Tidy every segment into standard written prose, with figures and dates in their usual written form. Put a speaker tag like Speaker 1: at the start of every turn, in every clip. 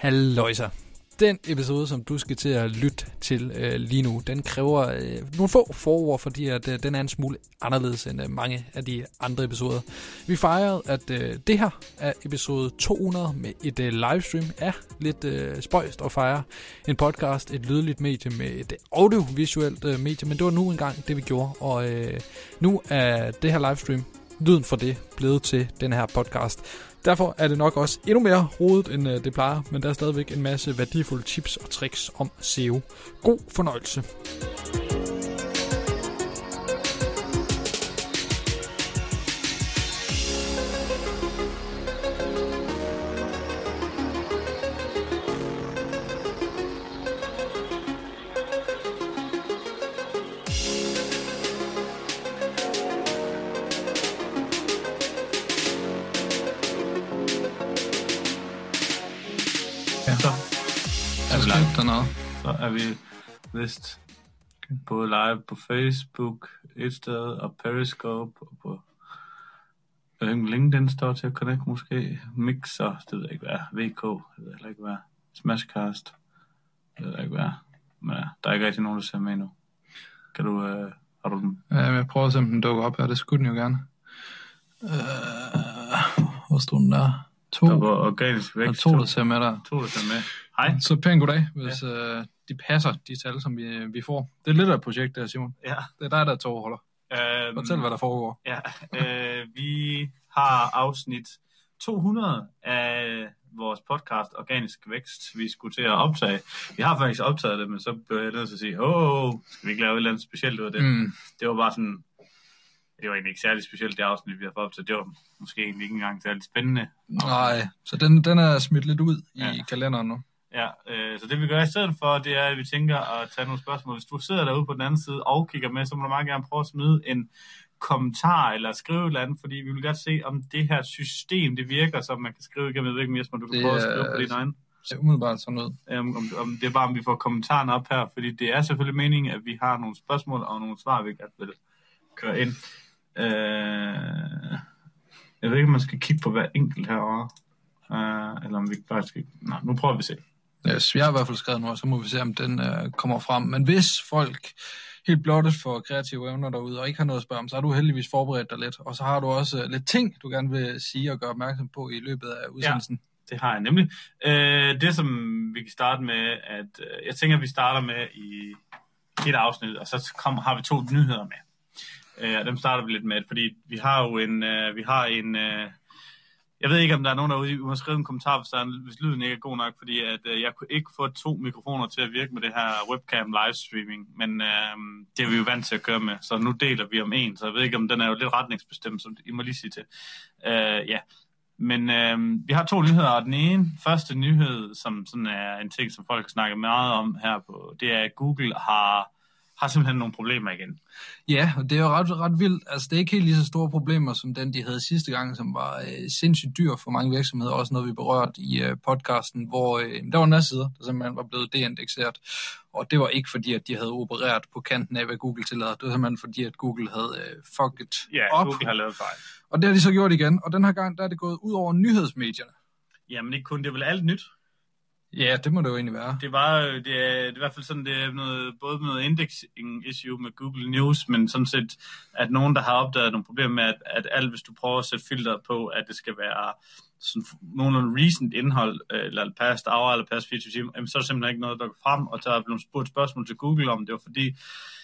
Speaker 1: Halløjsa. Den episode, som du skal til at lytte til lige nu, den kræver nogle få forord, fordi at, den er en smule anderledes end mange af de andre episoder. Vi fejrede, at det her er episode 200 med et livestream. Er lidt spøjst at fejre en podcast, et lydligt medie med et audiovisuelt medie, men det var nu engang det, vi gjorde. Og nu er det her livestream, lyden for det, blevet til den her podcast. Derfor er det nok også endnu mere rodet, end det plejer, men der er stadigvæk en masse værdifulde tips og tricks om SEO. God fornøjelse.
Speaker 2: Så er vi vist både live på Facebook et sted, og Periscope, og på LinkedIn står til at connect måske. Mixer, det ved jeg ikke hvad. VK, det ved jeg ikke hvad. Smashcast, det ved jeg ikke hvad. Men der er ikke rigtig nogen, der ser med endnu. Kan du, har du den?
Speaker 3: Ja, jeg prøver at se, om den dukker op her. Det skulle den jo gerne. Hvor stod den der?
Speaker 2: To. Der var organisk vækst.
Speaker 3: To, der ser med der.
Speaker 2: To, der ser med. Hej.
Speaker 3: Så pæn goddag, hvis de passer, de tal, som vi får. Det er lidt af et projekt der, Simon.
Speaker 2: Ja.
Speaker 3: Det er dig, der er tårholder. Fortæl, hvad der foregår.
Speaker 2: Ja, vi har afsnit 200 af vores podcast Organisk Vækst, vi skulle til at optage. Vi har faktisk optaget det, men så blev jeg nødt til at sige, skal vi ikke lave et eller andet specielt ud af det? Det var bare sådan, det var egentlig ikke særlig specielt, det afsnit, vi har fået optaget. Det var måske egentlig ikke engang særlig spændende.
Speaker 3: Nej, så den er smidt lidt ud i kalenderen nu.
Speaker 2: Ja, så det vi gør i stedet for, det er, at vi tænker at tage nogle spørgsmål. Hvis du sidder derude på den anden side og kigger med, så må du meget gerne prøve at smide en kommentar eller skrive et eller andet, fordi vi vil godt se, om det her system, det virker, så man kan skrive igennem. Jeg ved ikke, Jesper, du kan prøve at skrive på din egen.
Speaker 3: Det er umiddelbart sådan noget.
Speaker 2: Om det er bare, om vi får kommentarerne op her, fordi det er selvfølgelig meningen, at vi har nogle spørgsmål og nogle svar, vi gerne vil køre ind. Jeg ved ikke, om man skal kigge på hver enkelt herovre, eller om vi bare skal... Nej, nu prøver vi at se.
Speaker 3: Yes, jeg har i hvert fald skrevet nu, og så må vi se, om den kommer frem. Men hvis folk helt blottet for kreative evner derude, og ikke har noget at spørge om, så har du heldigvis forberedt dig lidt. Og så har du også lidt ting, du gerne vil sige og gøre opmærksom på i løbet af udsendelsen.
Speaker 2: Ja, det har jeg nemlig. Det, som vi kan starte med, at jeg tænker, at vi starter med i et afsnit, og så har vi 2 nyheder med. Og dem starter vi lidt med, fordi vi har jo en... Jeg ved ikke, om der er nogen derude, I må skrive en kommentar, hvis lyden ikke er god nok, fordi at, jeg kunne ikke få 2 mikrofoner til at virke med det her webcam livestreaming, men det er vi jo vant til at køre med, så nu deler vi om en, så jeg ved ikke, om den er jo lidt retningsbestemt, så I må lige sige til. Ja, men vi har 2 nyheder, og den første nyhed, som sådan er en ting, som folk snakker meget om her på, det er, at Google har simpelthen nogle problemer igen.
Speaker 3: Ja, og det er jo ret vildt. Altså, det er ikke helt lige så store problemer, som den, de havde sidste gang, som var sindssygt dyr for mange virksomheder. Også noget, vi berørte i podcasten, hvor der var en masse sider, der simpelthen var blevet deindekseret. Og det var ikke fordi, at de havde opereret på kanten af, hvad Google tillader. Det var simpelthen fordi, at Google havde fucket op.
Speaker 2: Google har lavet fejl.
Speaker 3: Og det har de så gjort igen. Og den her gang, der er det gået ud over nyhedsmedierne.
Speaker 2: Jamen ikke kun, det er vel alt nyt.
Speaker 3: Ja, det må det jo egentlig være.
Speaker 2: Det er i hvert fald sådan, det er noget, både med noget indexing issue med Google News, men sådan set, at nogen, der har opdaget nogle problemer med, at alt, hvis du prøver at sætte filter på, at det skal være sådan nogenlunde recent indhold, eller past hour, eller past 24 timer, så er der simpelthen ikke noget, der går frem, og der er blevet spurgt spørgsmål til Google om, det var fordi,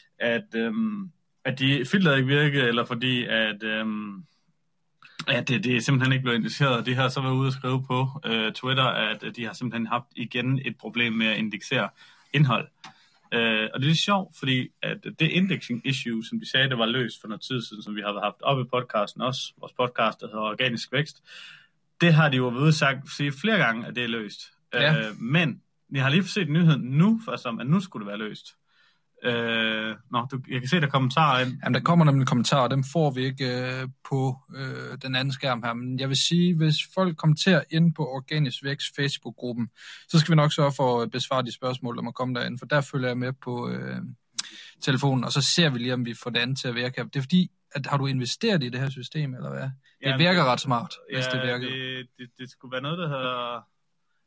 Speaker 2: at de filter ikke virkede, eller fordi, at det er simpelthen ikke blevet indekseret. De har så været ude og skrive på Twitter, at de har simpelthen haft igen et problem med at indeksere indhold. Og det er lidt sjovt, fordi at det indexing issue, som de sagde, det var løst for noget tid siden, som vi har haft oppe i podcasten også, vores podcast, der hedder Organisk Vækst, det har de jo været ude sige flere gange, at det er løst. Ja. Men jeg har lige set nyheden nu, at nu skulle det være løst. Jeg kan se, der er kommentarer ind.
Speaker 3: Jamen, der kommer nemlig kommentarer, dem får vi ikke på den anden skærm her. Men jeg vil sige, hvis folk kommenterer ind på Organisk Vækst Facebook-gruppen, så skal vi nok sørge for at besvare de spørgsmål, der må komme derinde, for der følger jeg med på telefonen, og så ser vi lige, om vi får det andet til at virke. Det er fordi, at har du investeret i det her system, eller hvad? Det virker ret smart, hvis det virker.
Speaker 2: Det skulle være noget, der hedder...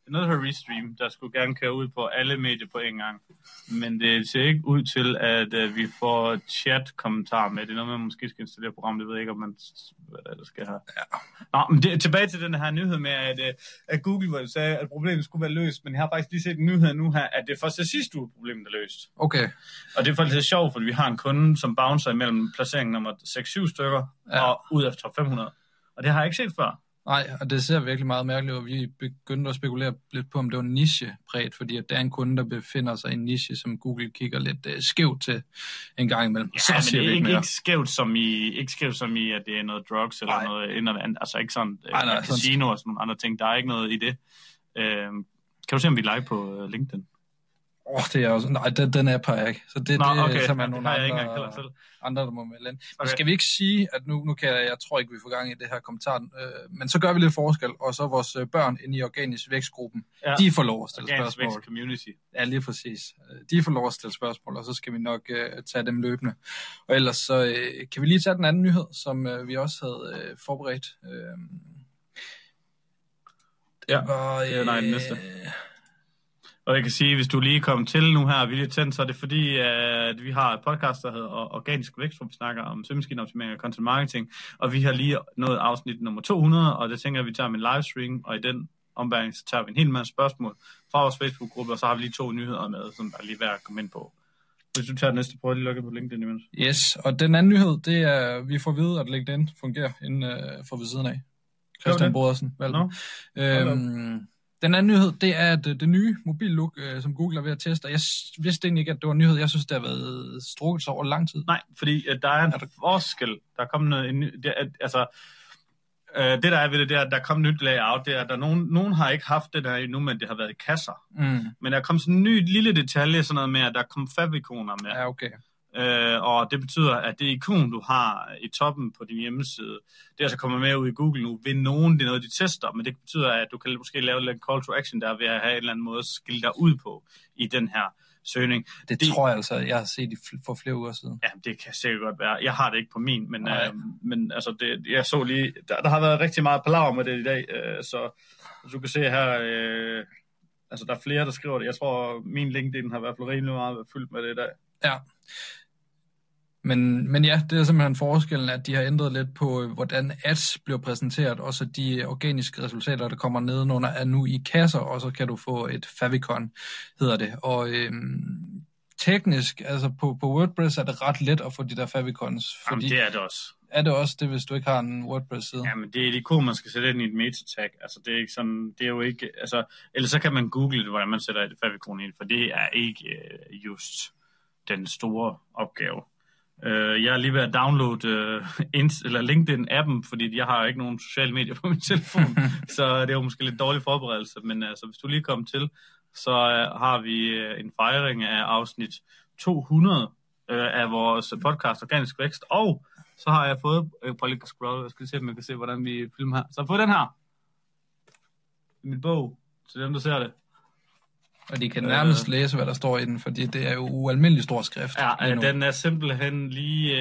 Speaker 2: noget her Restream, der skulle gerne køre ud på alle medier på en gang. Men det ser ikke ud til, at vi får chat-kommentarer med. Det er noget, man måske skal installere programmet. Det ved jeg ikke, om man hvad der skal have. Ja. Nå, men tilbage til den her nyhed med, at Google sagde, at problemet skulle være løst. Men jeg har faktisk lige set en nyhed nu her, at det er først til sidste uge, problemet er løst.
Speaker 3: Okay.
Speaker 2: Og det er faktisk lidt sjovt, fordi vi har en kunde, som bouncer imellem placering nummer 6-7 stykker og ud af top 500. Og det har jeg ikke set før.
Speaker 3: Nej, og det ser virkelig meget mærkeligt ud, og vi begyndte at spekulere lidt på, om det var niche-præget, fordi at der er en kunde, der befinder sig i en niche, som Google kigger lidt skævt til en gang imellem.
Speaker 2: Ja, så men det er ikke skævt som i, at det er noget drugs eller noget andet. Altså ikke sådan casino og sådan nogle andre ting. Der er ikke noget i det. Kan du se, om vi er live på LinkedIn?
Speaker 3: Det er også... Nej, den app har jeg ikke. Så det
Speaker 2: okay.
Speaker 3: Så man nogle andre, der må melde ind. Okay. Skal vi ikke sige, at nu kan jeg tror ikke, vi får gang i det her kommentar, men så gør vi lidt forskel, og så vores børn inde i Organisk Vækstgruppen, de får lov at stille spørgsmål.
Speaker 2: Organisk Community.
Speaker 3: Ja, lige præcis. De får lov at stille spørgsmål, og så skal vi nok tage dem løbende. Og ellers så kan vi lige tage den anden nyhed, som vi også havde forberedt.
Speaker 2: Det var den næste. Og jeg kan sige, hvis du lige kom til nu her, Vilje Tændt, så er det fordi, at vi har et podcast, der hedder Organisk Vækst, hvor vi snakker om søgemaskineoptimering og content marketing. Og vi har lige nået afsnit nummer 200, og det tænker jeg, at vi tager med en livestream, og i den ombæring, så tager vi en hel masse spørgsmål fra vores Facebook-gruppe, og så har vi lige 2 nyheder med, som er lige værd at komme ind på. Hvis du tager det næste, prøv at lige lukke på LinkedIn imens.
Speaker 3: Yes, og den anden nyhed, det er, at vi får at vide, at LinkedIn fungerer inden for ved siden af. Christian Brodersen. Den anden nyhed, det er det nye mobillook, som Google er ved at teste. Jeg vidste egentlig ikke, at det var en nyhed. Jeg synes, det har været strukket over lang tid.
Speaker 2: Nej, fordi der er en forskel. Der er kommet noget... Det der er ved det, der er kommet nyt layout. Det er, at der nogen har ikke haft det der endnu, men det har været i kasser. Men der er kommet sådan en ny lille detalje, sådan noget med, at der er kommet favikoner med.
Speaker 3: Ja, okay.
Speaker 2: Og det betyder, at det ikon, du har i toppen på din hjemmeside, det er altså kommer med ud i Google nu, ved nogen, det er noget, de tester, men det betyder, at du kan måske lave en call to action, der ved at have en eller anden måde at skille dig ud på i den her søgning.
Speaker 3: Det tror jeg altså, jeg har set for flere uger siden.
Speaker 2: Ja, det kan sikkert godt være. Jeg har det ikke på min, men altså, jeg så lige, der har været rigtig meget palaver med det i dag, så du kan se her, altså der er flere, der skriver det. Jeg tror, min LinkedIn har i hvert fald rimelig meget fyldt med det i dag.
Speaker 3: Ja. Men ja, det er simpelthen forskellen, at de har ændret lidt på, hvordan ads bliver præsenteret, og så de organiske resultater, der kommer nedenunder, er nu i kasser, og så kan du få et favicon, hedder det. Og teknisk, altså på WordPress er det ret let at få de der favicons.
Speaker 2: Jamen, det er det også.
Speaker 3: Er det også det, hvis du ikke har en WordPress-side?
Speaker 2: Jamen, det er et ikon, man skal sætte ind i et meta-tag. Altså, det er ikke sådan, det er jo ikke, altså, eller så kan man google det, hvordan man sætter et favicon ind, for det er ikke just den store opgave. Jeg er lige ved at downloade eller LinkedIn-appen, fordi jeg har ikke nogen sociale medier på min telefon, så det er jo måske lidt dårlig forberedelse, men altså, hvis du lige kommer til, så har vi en fejring af afsnit 200 af vores podcast Organisk Vækst, og så har jeg fået, jeg skal se, om jeg kan se, hvordan vi filmer her, så jeg har fået den her i min bog, til dem, der ser det.
Speaker 3: Og de kan nærmest læse, hvad der står i den, fordi det er jo ualmindelig stor skrift.
Speaker 2: Ja, den er simpelthen lige...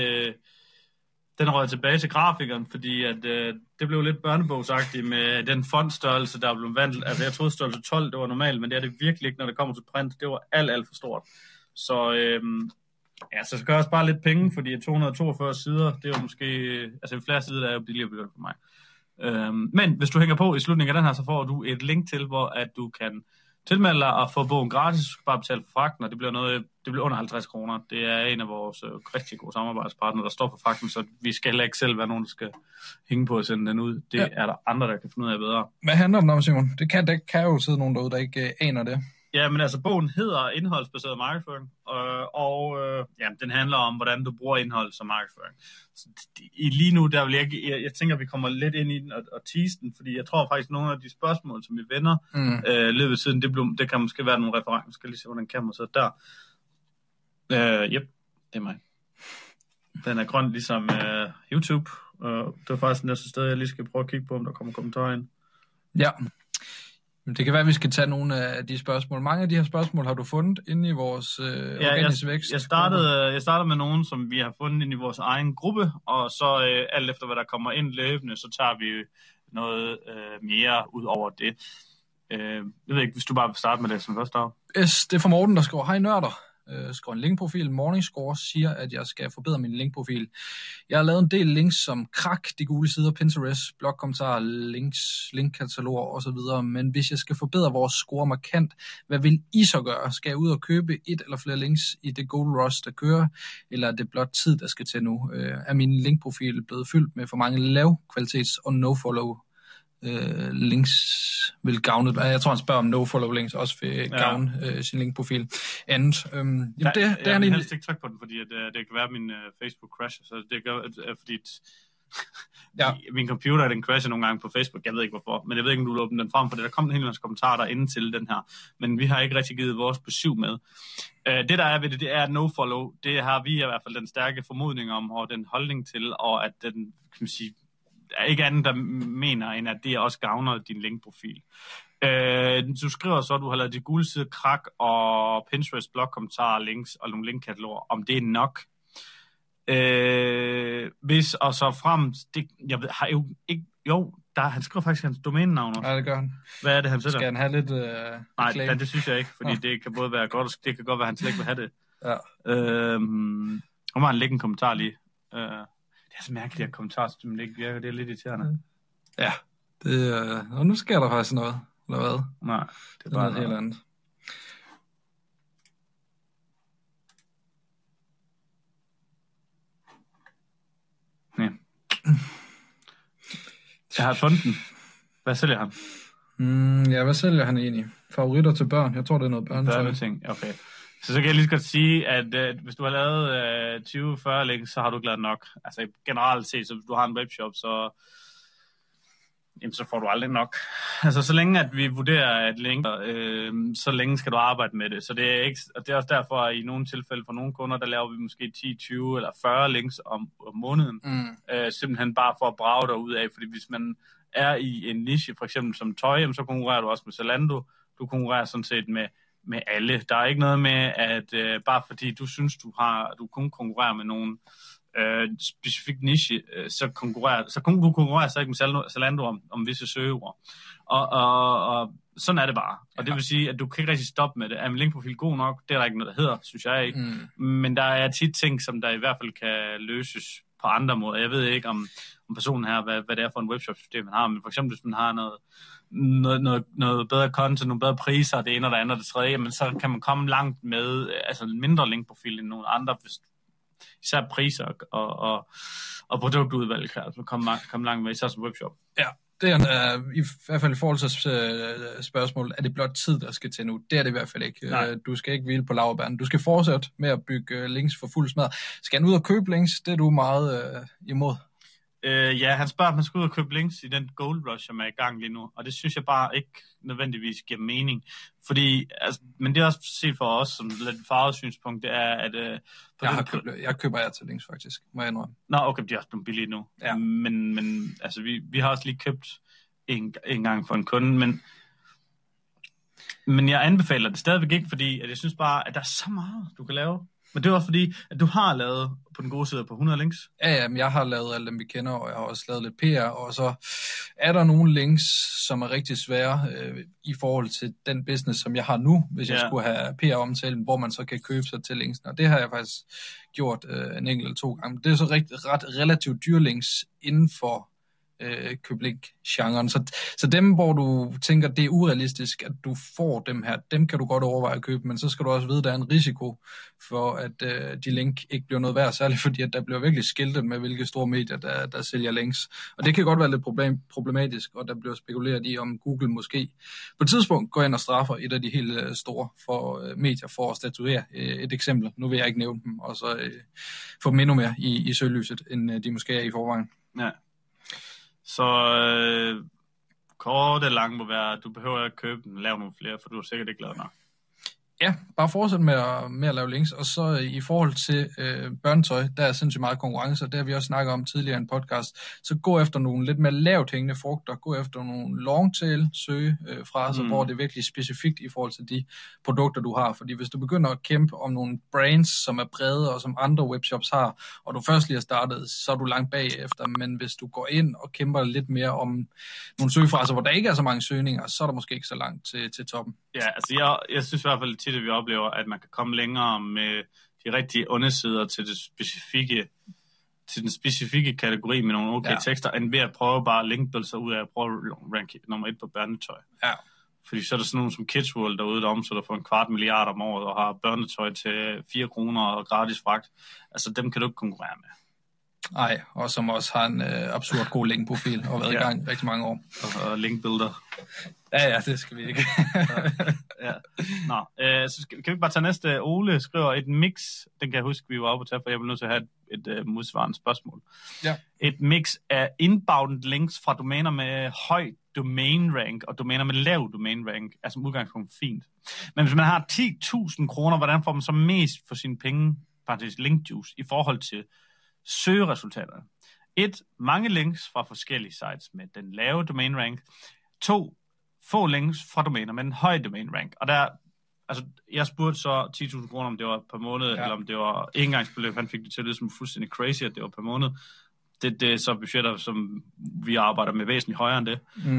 Speaker 2: den røg tilbage til grafikeren, fordi at, det blev lidt børnebogsagtigt med den fontstørrelse, der blev vandt. Altså, jeg troede størrelse 12, det var normalt, men det er det virkelig ikke, når det kommer til print. Det var alt for stort. Så så skal jeg også bare lidt penge, fordi 242 sider, det er jo måske... Altså, flere sider, der er jo billigere begyndt for mig. Men hvis du hænger på i slutningen af den her, så får du et link til, hvor at du kan tilmelde dig og få bogen gratis, bare betale for fragten, og det bliver under 50 kroner. Det er en af vores rigtig gode samarbejdspartnere, der står for fragten, så vi skal heller ikke selv være nogen, der skal hænge på at sende den ud. Det er der andre, der kan finde ud af bedre.
Speaker 3: Hvad handler den om, Simon? Det kan jo sidde nogen derude, der ikke aner det.
Speaker 2: Ja, men altså, bogen hedder Indholdsbaseret markedsføring, og den handler om, hvordan du bruger indhold som markedsføring. Så lige nu, der vil jeg tænker, at vi kommer lidt ind i den og tease den, fordi jeg tror faktisk, at nogle af de spørgsmål, som vi vender løbet siden, det kan måske være nogle referencer. Jeg skal lige se, hvordan kameraet sidder der. Det er mig. Den er grøn, ligesom YouTube. Det var faktisk det næste sted, jeg lige skal prøve at kigge på, om der kommer kommentarer ind.
Speaker 3: Ja. Det kan være, at vi skal tage nogle af de spørgsmål. Mange af de her spørgsmål har du fundet inde i vores Organisk Vækst.
Speaker 2: Jeg startede med nogle, som vi har fundet inde i vores egen gruppe, og så alt efter, hvad der kommer ind løbende, så tager vi noget mere ud over det. Jeg ved ikke, hvis du bare vil starte med det som første år.
Speaker 3: Yes, det er fra Morten, der skriver, hej nørder. Skriver en linkprofil. Morningscore siger, at jeg skal forbedre min linkprofil. Jeg har lavet en del links som krak, de gule sider, Pinterest, blogkommentarer, links, linkkataloger osv. Men hvis jeg skal forbedre vores score markant, hvad vil I så gøre? Skal jeg ud og købe et eller flere links i det gold rush, der kører? Eller er det blot tid, der skal til nu? Er min linkprofil blevet fyldt med for mange lavkvalitets- og no-follow links vil gavne. Jeg tror, han spørger om no-follow links også vil gavne sin linkprofil. Andet.
Speaker 2: Jeg vil helst ikke trykke på den, fordi det kan være, at min Facebook crasher. Så det gør, fordi min computer den crasher nogle gange på Facebook. Jeg ved ikke hvorfor, men jeg ved ikke, om du vil åbne den frem, for der kom en hel masse kommentarer derinde til den her. Men vi har ikke rigtig givet vores besøg med. Det der er ved det er no-follow. Det har vi i hvert fald den stærke formodning om, og den holdning til, og at den, kan man sige, er ikke andet, der mener, end at det også gavner din linkprofil. Du skriver så, at du har lavet de gule sider krak og Pinterest blogkommentarer, links og nogle linkkataloger, om det er nok. Hvis og så frem, jeg ved, har jo ikke, han skriver faktisk hans domænenavn også.
Speaker 3: Ja, det gør han.
Speaker 2: Hvad er det, han sætter?
Speaker 3: Skal han have lidt
Speaker 2: Nej, det synes jeg ikke, fordi det kan både være godt, og det kan godt være, at han slet ikke vil have det.
Speaker 3: Ja.
Speaker 2: Nu må han lægge en kommentar lige. Det er så mærkeligt, at kommentarsystemet ikke virker. Det er lidt irriterende.
Speaker 3: Ja, og nu sker der faktisk noget, eller hvad?
Speaker 2: Nej, det er bare
Speaker 3: noget helt andet.
Speaker 2: Ja. Jeg har fundet den. Hvad sælger han?
Speaker 3: Hvad sælger han egentlig? Favoritter til børn? Jeg tror, det er noget
Speaker 2: børneting. Okay. Så kan jeg lige så godt sige, at hvis du har lavet 20-40 links, så har du glad nok. Altså generelt set, så hvis du har en webshop, så får du aldrig nok. Altså så længe at vi vurderer et link, så længe skal du arbejde med det. Så det er ikke, og det er også derfor, at i nogle tilfælde for nogle kunder, der laver vi måske 10, 20 eller 40 links om måneden. Simpelthen bare for at brage dig ud af, fordi hvis man er i en niche, for eksempel som tøj, så konkurrerer du også med Zalando. Du konkurrerer sådan set med alle. Der er ikke noget med, at bare fordi du synes, du kun konkurrerer med nogen specifik niche, så du konkurrerer så ikke med Zalando om visse søgeord. Og sådan er det bare. Og det vil sige, at du kan ikke rigtig stoppe med det. Er min linkprofil god nok? Det er der ikke noget, der hedder, synes jeg ikke. Men der er tit ting, som der i hvert fald kan løses på andre måder. Jeg ved ikke om personen her, hvad det er for en webshop-system, man har. Men for eksempel, hvis man har noget bedre content, nogle bedre priser, det ene og det andet og det tredje, men så kan man komme langt med altså en mindre linkprofil end nogle andre, især priser og produktudvalg kan altså komme langt med, især som webshop.
Speaker 3: Ja, det er i hvert fald i forhold til spørgsmålet, er det blot tid, der skal til nu? Det er det i hvert fald ikke. Nej. Du skal ikke hvile på laurbærrene. Du skal fortsætte med at bygge links for fuld smad. Skal han ud og købe links? Det er du meget imod.
Speaker 2: Ja, han spørger, om man skal ud og købe links i den gold rush, som er i gang lige nu. Og det synes jeg bare ikke nødvendigvis giver mening. Fordi, altså, men det er også set for os som lidt farvet synspunkt, det er, at...
Speaker 3: jeg køber til links faktisk, må jeg indrømme.
Speaker 2: Nå, okay, de er også blevet billige nu.
Speaker 3: Ja.
Speaker 2: Men altså, vi har også lige købt en gang for en kunde, men jeg anbefaler det stadigvæk ikke, fordi at jeg synes bare, at der er så meget, du kan lave. Men det er også fordi, at du har lavet på den gode side på 100 links.
Speaker 3: Ja, men jeg har lavet alle dem, vi kender, og jeg har også lavet lidt PR, og så er der nogle links, som er rigtig svære i forhold til den business, som jeg har nu, hvis jeg skulle have PR-omtalen, hvor man så kan købe sig til linksene. Og det har jeg faktisk gjort en enkelt eller 2 gange. Det er så relativt dyre links inden for køb-link-genren. Så dem, hvor du tænker, det er urealistisk, at du får dem her, dem kan du godt overveje at købe, men så skal du også vide, at der er en risiko for, at de link ikke bliver noget værd, særligt fordi, at der bliver virkelig skiltet med, hvilke store medier, der sælger links. Og det kan godt være lidt problematisk, og der bliver spekuleret i, om Google måske på et tidspunkt går ind og straffer et af de helt store medier for at statuere et eksempel. Nu vil jeg ikke nævne dem, og så få dem endnu mere i søgelyset, end de måske er i forvejen.
Speaker 2: Ja. Så kort eller langt må være, at du behøver at købe den, lave nogle flere, for du er sikkert ikke glad nok.
Speaker 3: Ja, bare fortsæt med at lave links, og så i forhold til børnetøj, der er sindssygt meget konkurrence, og det har vi også snakket om tidligere i en podcast, så gå efter nogle lidt mere lavt hængende frugter, gå efter nogle longtail søgefraser, hvor det er virkelig specifikt i forhold til de produkter, du har, fordi hvis du begynder at kæmpe om nogle brands, som er brede og som andre webshops har, og du først lige har startet, så er du langt bagefter, men hvis du går ind og kæmper lidt mere om nogle søgefraser, hvor der ikke er så mange søgninger, så er der måske ikke så langt til toppen.
Speaker 2: Ja, altså jeg synes i hvert fald tit, at vi oplever, at man kan komme længere med de rigtige undersider til den specifikke kategori med nogle okay tekster, end ved at prøve bare at linkbuild sig ud af at prøve at ranke nummer 1 på børnetøj.
Speaker 3: Ja.
Speaker 2: Fordi så er der sådan nogle som Kids World derude, der omsætter for 250 million om året og har børnetøj til 4 kroner og gratis fragt. Altså dem kan du ikke konkurrere med. Nej,
Speaker 3: og som også har en absurd god linkprofil og været i gang rigtig mange år.
Speaker 2: Og linkbuilder.
Speaker 3: Ja, det skal vi ikke.
Speaker 2: Ja. Nå, så kan vi ikke bare tage næste. Ole skriver et mix. Den kan jeg huske, vi var oppe at tage, for jeg vil nødt til at have et modsvarende spørgsmål.
Speaker 3: Ja.
Speaker 2: Et mix af inbound links fra domæner med høj domain rank og domæner med lav domain rank er som udgangspunkt fint. Men hvis man har 10.000 kroner, hvordan får man så mest for sine penge, faktisk linkjuice, i forhold til søgeresultaterne? 1. Mange links fra forskellige sites med den lave domain rank. 2. Få links fra domæner med en høj domain rank. Og der, altså, jeg spurgte så 10.000 kroner, om det var per måned, eller om det var engangsbeløb. Han fik det til at lyde som fuldstændig crazy, at det var per måned. Det er så budgetter, som vi arbejder med væsentligt højere end det.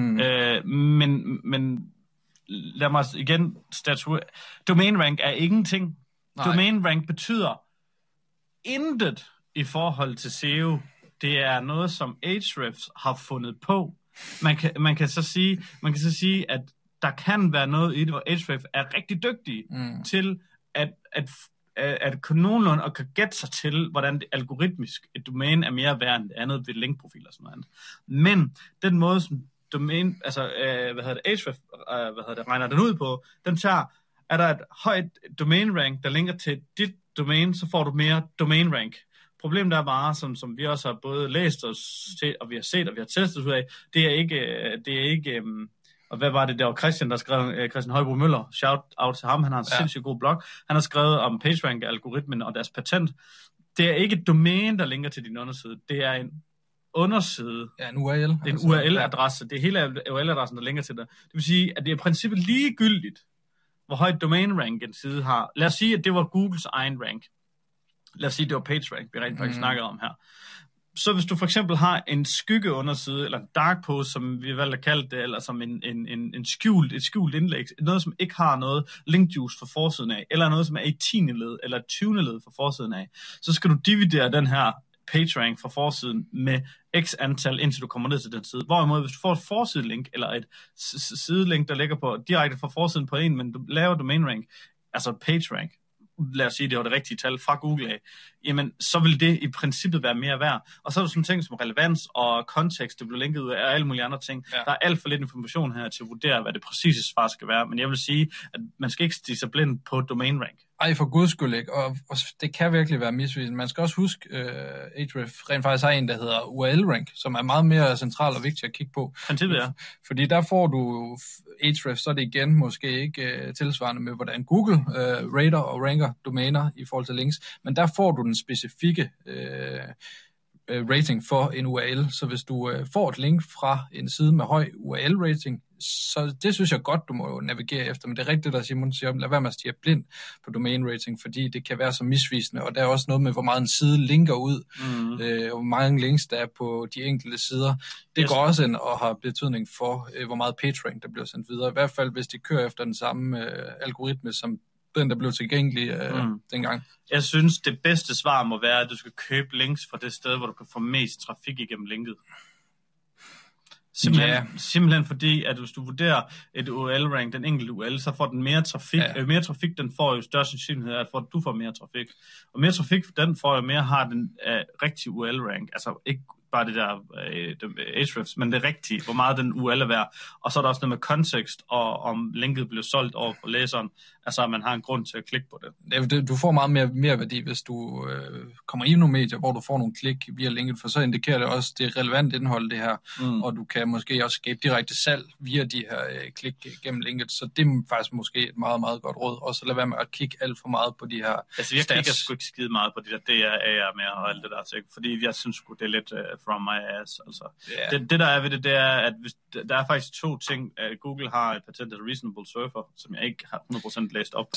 Speaker 2: Men lad mig igen statuere. Domain rank er ingenting. Nej. Domain rank betyder intet i forhold til SEO. Det er noget, som Ahrefs har fundet på. Man kan så sige, at der kan være noget i det, hvor Ahrefs er rigtig dygtige til at kunne nogenlunde og kan gætte sig til, hvordan det algoritmisk et domæne er mere værd end det andet ved linkprofil og sådan noget andet. Men den måde, som domæne, altså Ahrefs regner den ud på, den tager, er der et højt domain rank, der linker til dit domæne, så får du mere domain rank. Problemet er bare, som vi også har både læst og set, og vi har set, og vi har testet ud af, det er ikke og hvad var det, der var Christian, der skrev, Christian Højbro Møller, shout out til ham, han har en sindssygt god blog, han har skrevet om PageRank-algoritmen og deres patent. Det er ikke et domæne, der linker til din underside, det er en underside.
Speaker 3: Ja, en URL.
Speaker 2: Det er en URL-adresse, det er hele URL-adressen, der linker til det. Det vil sige, at det er i princippet ligegyldigt, hvor højt domain rank en side har. Lad os sige, at det var Googles egen rank. Lad os sige, at det var PageRank, vi rent faktisk snakkede om her. Så hvis du for eksempel har en skyggeunderside, eller en dark post, som vi valgte at kalde det, eller som et skjult indlæg, noget som ikke har noget linkjuice for forsiden af, eller noget som er i 10. led, eller 20. led for forsiden af, så skal du dividere den her PageRank fra forsiden med x antal, indtil du kommer ned til den side. Hvorimod, hvis du får et forsidelink, eller et sidelink, der ligger på direkte fra forsiden på en, men du laver domain rank, altså PageRank, lad os sige, det var det rigtige tal fra Google af, jamen, så vil det i princippet være mere værd. Og så er der sådan ting som relevans og kontekst, det bliver linket ud af, og alle mulige andre ting. Ja. Der er alt for lidt information her til at vurdere, hvad det præcise svar skal være, men jeg vil sige, at man skal ikke stige sig blind på domain rank.
Speaker 3: Ej, for guds skyld ikke, og det kan virkelig være misvisende. Man skal også huske, Ahrefs rent faktisk har en, der hedder URL-rank, som er meget mere central og vigtig at kigge på.
Speaker 2: Princippet, ja.
Speaker 3: Fordi der får du Ahrefs, så er det igen måske ikke tilsvarende med, hvordan Google rater og ranker domæner i forhold til links, men der får du den specifikke rating for en URL. Så hvis du får et link fra en side med høj URL-rating, så det synes jeg godt, du må navigere efter. Men det er rigtigt, der Simon siger, lad være med at stige blind på domain rating, fordi det kan være så misvisende, og der er også noget med, hvor meget en side linker ud, og hvor mange links der er på de enkelte sider. Det går også ind og har betydning for, hvor meget PageRank der bliver sendt videre. I hvert fald, hvis de kører efter den samme algoritme, som den, der blev tilgængelig dengang.
Speaker 2: Jeg synes, det bedste svar må være, at du skal købe links fra det sted, hvor du kan få mest trafik igennem linket. Simpelthen fordi, at hvis du vurderer et URL-rank, den enkelte URL, så får den mere trafik. Ja. Mere trafik, den får jo større sandsynlighed at du får mere trafik. Og mere trafik, den får jo mere har den rigtige URL-rank. Altså ikke bare det der Ahrefs, men det rigtige, hvor meget den URL er værd. Og så er der også noget med kontekst, og om linket bliver solgt over for læseren. Altså, at man har en grund til at klikke på det.
Speaker 3: Du får meget mere værdi, hvis du kommer i nogle medier, hvor du får nogle klik via linket, for så indikerer det også, det relevant indhold, det her, og du kan måske også skabe direkte salg via de her klik gennem linket, så det er faktisk måske et meget, meget godt råd. Og så lad være med at kigge alt for meget på de her
Speaker 2: altså, jeg kigger sgu ikke skide meget på de der DRA'er med og alt det der ting, fordi jeg synes sgu, det er lidt from my ass. Altså. Yeah. Det der er ved det, det er, at hvis, der er faktisk 2 ting. Google har et patent, der er Reasonable Surfer, som jeg ikke har 100% læst op.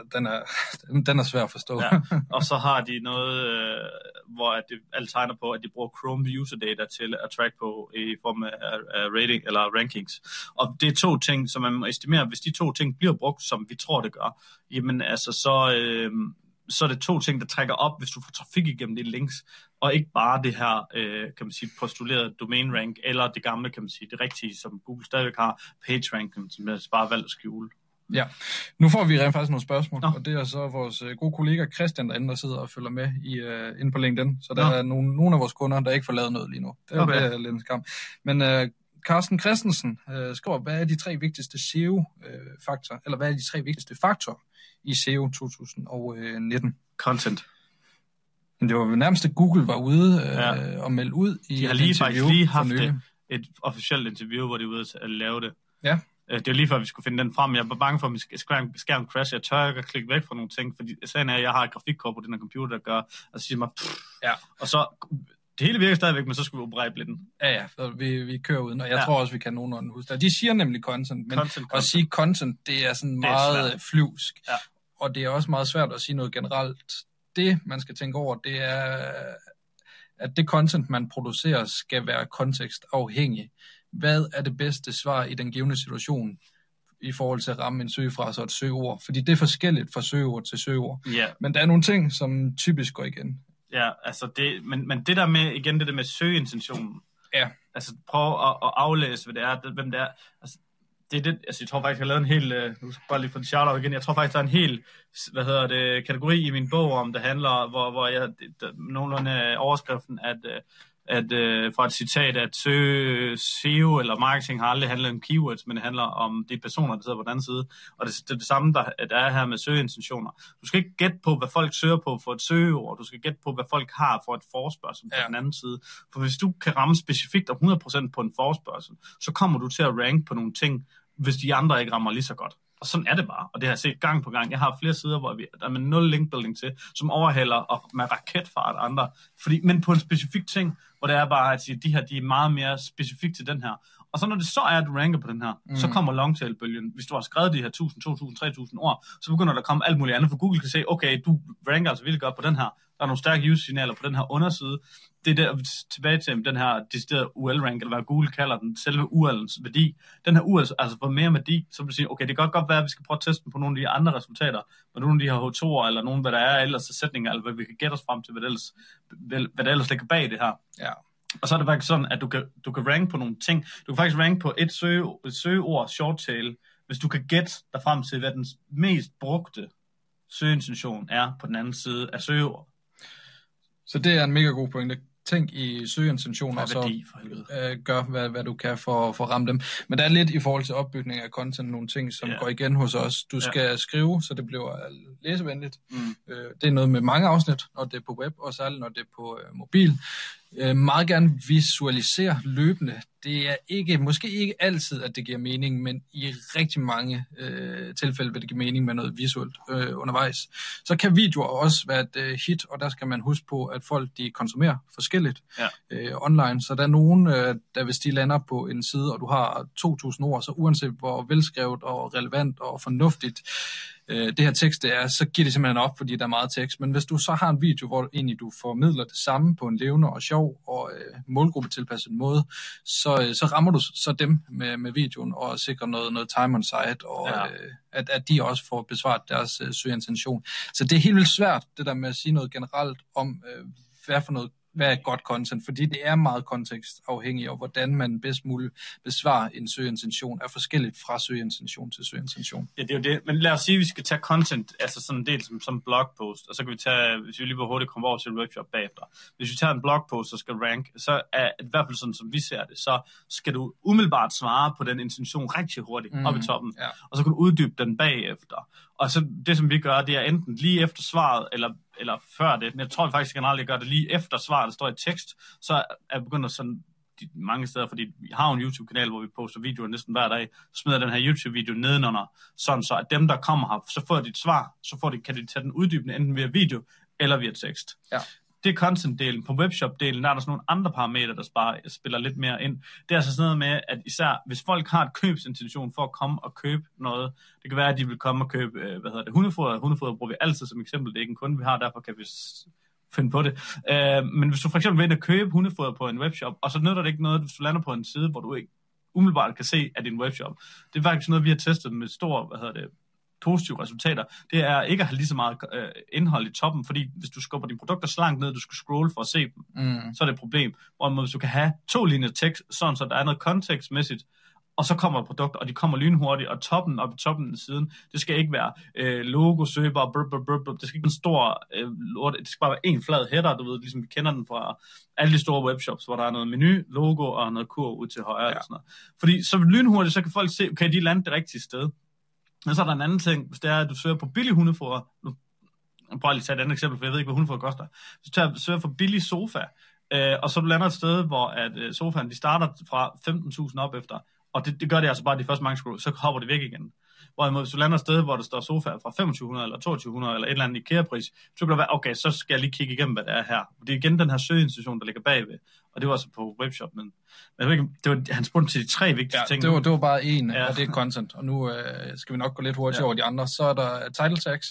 Speaker 3: Den er svær at forstå.
Speaker 2: Ja. Og så har de noget, hvor alt tegner på, at de bruger Chrome user data til at track på i form af rating eller rankings. Og det er 2 ting, som man må estimere, hvis de 2 ting bliver brugt, som vi tror, det gør, jamen altså så er det 2 ting, der trækker op, hvis du får trafik igennem de links, og ikke bare det her, kan man sige, postulerede domain rank, eller det gamle, kan man sige, det rigtige, som Google stadigvæk har, page rank, som er bare valgt at skjule.
Speaker 3: Ja, nu får vi rent faktisk nogle spørgsmål, og det er så vores gode kollega Christian derinde, der sidder og følger med inde på LinkedIn, så der er nogle af vores kunder, der ikke får lavet noget lige nu. Det er lidt en skam. Men Carsten Christensen skriver, hvad er de 3 vigtigste SEO-faktorer, eller hvad er de 3 vigtigste faktorer i SEO 2019?
Speaker 2: Content.
Speaker 3: Men det var nærmest, at Google var ude og meldte ud i
Speaker 2: de har lige haft et officielt interview, hvor de er ude at lave det. Ja. Det er lige før, vi skulle finde den frem. Jeg var bange for, at min skærm crash. Jeg tør ikke at klikke væk fra nogle ting, fordi sagen er, at jeg har et grafikkort på den her computer, der gør, og så siger mig, og så, det hele virker stadigvæk, men så skal vi operere i blinden.
Speaker 3: Ja, vi kører uden, og jeg tror også, vi kan nogenlunde huske det. De siger nemlig content, men at sige content, det er sådan meget flyvsk, og det er også meget svært at sige noget generelt. Det, man skal tænke over, det er, at det content, man producerer, skal være kontekstafhængig. Hvad er det bedste svar i den givne situation i forhold til at ramme en søgefrase og et søgeord? Fordi det er forskelligt fra søgeord til søgeord. Yeah. Men der er nogle ting, som typisk går igen.
Speaker 2: Ja, altså men det der med, igen det der med søgeintentionen. Ja. Altså prøv at aflæse, hvad det er, hvem det er. Altså, jeg tror faktisk, jeg har lavet en hel, nu skal jeg bare lige få det shout-out igen, jeg tror faktisk, der er en hel, kategori i min bog om, det handler, hvor jeg, nogenlunde overskriften, at fra et citat, at SEO eller marketing har aldrig handlet om keywords, men det handler om de personer, der sidder på den anden side. Og det er det samme, der er her med søgeintentioner. Du skal ikke gætte på, hvad folk søger på for et søgeord. Du skal gætte på, hvad folk har for et forespørgsel på den anden side. For hvis du kan ramme specifikt og 100% på en forespørgsel, så kommer du til at rank på nogle ting, hvis de andre ikke rammer lige så godt. Og sådan er det bare, og det har jeg set gang på gang. Jeg har flere sider, hvor der er med 0 linkbuilding til, som overhælder og med raketfart andre. Men på en specifik ting, hvor det er bare at sige, de er meget mere specifikt til den her. Og så når det så er, at du ranker på den her, så kommer longtail-bølgen. Hvis du har skrevet de her 1000, 2000, 3000 ord, så begynder der at komme alt muligt andet, for Google kan se, okay, du ranker altså virkelig godt på den her. Der er nogle stærke use-signaler på den her underside. Det er der tilbage til den her deciderede UL-rank, eller hvad Google kalder den, selve URL'ens værdi. Den her URL altså får mere værdi, så vil du sige, okay, det kan godt være, at vi skal prøve at teste den på nogle af de andre resultater, med nogle af de her H2'er, eller nogle, hvad der er ellers sætninger, eller hvad vi kan gætte os frem til, hvad der ellers ligger bag det her. Ja. Og så er det faktisk sådan, at du kan rank på nogle ting. Du kan faktisk rank på et søgeord, short tail, hvis du kan gætte dig frem til, hvad den mest brugte søgeintention er på den anden side af søgeord.
Speaker 3: Så det er en mega god pointe. Tænk i søgeintentioner, og så gør, hvad du kan for at ramme dem. Men der er lidt i forhold til opbygning af content, nogle ting, som går igen hos os. Du skal skrive, så det bliver læsevenligt. Det er noget med mange afsnit, når det er på web, og særligt når det er på mobil. Meget gerne visualisere løbende. Det er måske ikke altid, at det giver mening, men i rigtig mange tilfælde vil det give mening med noget visuelt undervejs. Så kan videoer også være et hit, og der skal man huske på, at folk de konsumerer forskelligt online. Så der er nogen, der hvis de lander på en side, og du har 2000 ord, så uanset hvor velskrevet og relevant og fornuftigt det her tekst er, så giver det simpelthen op, fordi der er meget tekst. Men hvis du så har en video, hvor egentlig du formidler det samme på en levende og sjov og målgruppetilpasset måde, så rammer du så dem med videoen og sikrer noget time on site, og at de også får besvaret deres søgeintention. Så det er helt vildt svært, det der med at sige noget generelt om, hvad er godt content, fordi det er meget kontekstafhængigt, og hvordan man bedst muligt besvarer en søgeintention er forskelligt fra søgeintention til søgeintention. Ja, det er jo det. Men lad os sige, at vi skal tage content, altså sådan en del som blogpost, og så kan vi tage, hvis vi lige vil hurtigt komme over til workshop bagefter. Hvis vi tager en blogpost og skal rank, så er i hvert fald sådan, som vi ser det, så skal du umiddelbart svare på den intention rigtig hurtigt op i toppen, og så kan du uddybe den bagefter.
Speaker 2: Og så det, som vi gør, det er enten lige efter svaret, eller før det. Men jeg tror faktisk generelt, jeg gør det lige efter svaret, der står i tekst. Så er jeg begyndt at sådan mange steder, fordi vi har en YouTube-kanal, hvor vi poster videoer næsten hver dag, smider den her YouTube-video nedenunder, sådan så at dem, der kommer her, så får de et svar, så kan de tage den uddybende enten via video eller via tekst.
Speaker 3: Ja.
Speaker 2: Det er content-delen. På webshop-delen, der er der sådan nogle andre parametre, der spiller lidt mere ind. Det er altså sådan noget med, at især hvis folk har et købsintention for at komme og købe noget, det kan være, at de vil komme og købe, hundefoder. Hundefoder bruger vi altid som eksempel. Det er ikke en kunde, vi har, derfor kan vi finde på det. Men hvis du for eksempel vil ind og købe hundefoder på en webshop, og så nytter det ikke noget, hvis du lander på en side, hvor du ikke umiddelbart kan se, at det er en webshop. Det er faktisk noget, vi har testet med store, positive resultater. Det er ikke at have lige så meget indhold i toppen, fordi hvis du skubber dine produkter så langt ned, du skal scrolle for at se dem, så er det et problem. Hvor hvis du kan have 2 linjer tekst, sådan så der er noget kontekstmæssigt, og så kommer produkter, og de kommer lynhurtigt, og toppen op i toppen af siden, det skal ikke være logo, søber, det skal ikke være en stor lort, det skal bare være en flad header, du ved, ligesom vi kender den fra alle de store webshops, hvor der er noget menu, logo og noget kurv ud til højre, eller sådan noget. Fordi så lynhurtigt, så kan folk se, okay, de lander det rigtige sted. Og så er der en anden ting, hvis det er, at du søger på billig hundefoder, nu prøver jeg lige at tage et andet eksempel, for jeg ved ikke, hvad hundefoder koster. Hvis du søger på billig sofa, og så du lander et sted, hvor at sofaen, de starter fra 15.000 op efter, og det gør det altså bare de første mange scroll, så hopper det væk igen. Hvorimod hvis du lander et sted, hvor der står sofaer fra 2500 eller 2200 eller et eller andet IKEA-pris, så kan det være, okay, så skal jeg lige kigge igennem, hvad det er her. Det er igen den her søgeinstitution, der ligger bagved, og det var altså på webshop, men jeg ved ikke, det var, han spurgte til de 3 vigtigste ting.
Speaker 3: Det var bare en, og det er content, og nu skal vi nok gå lidt hurtigt over de andre. Så er der title tags,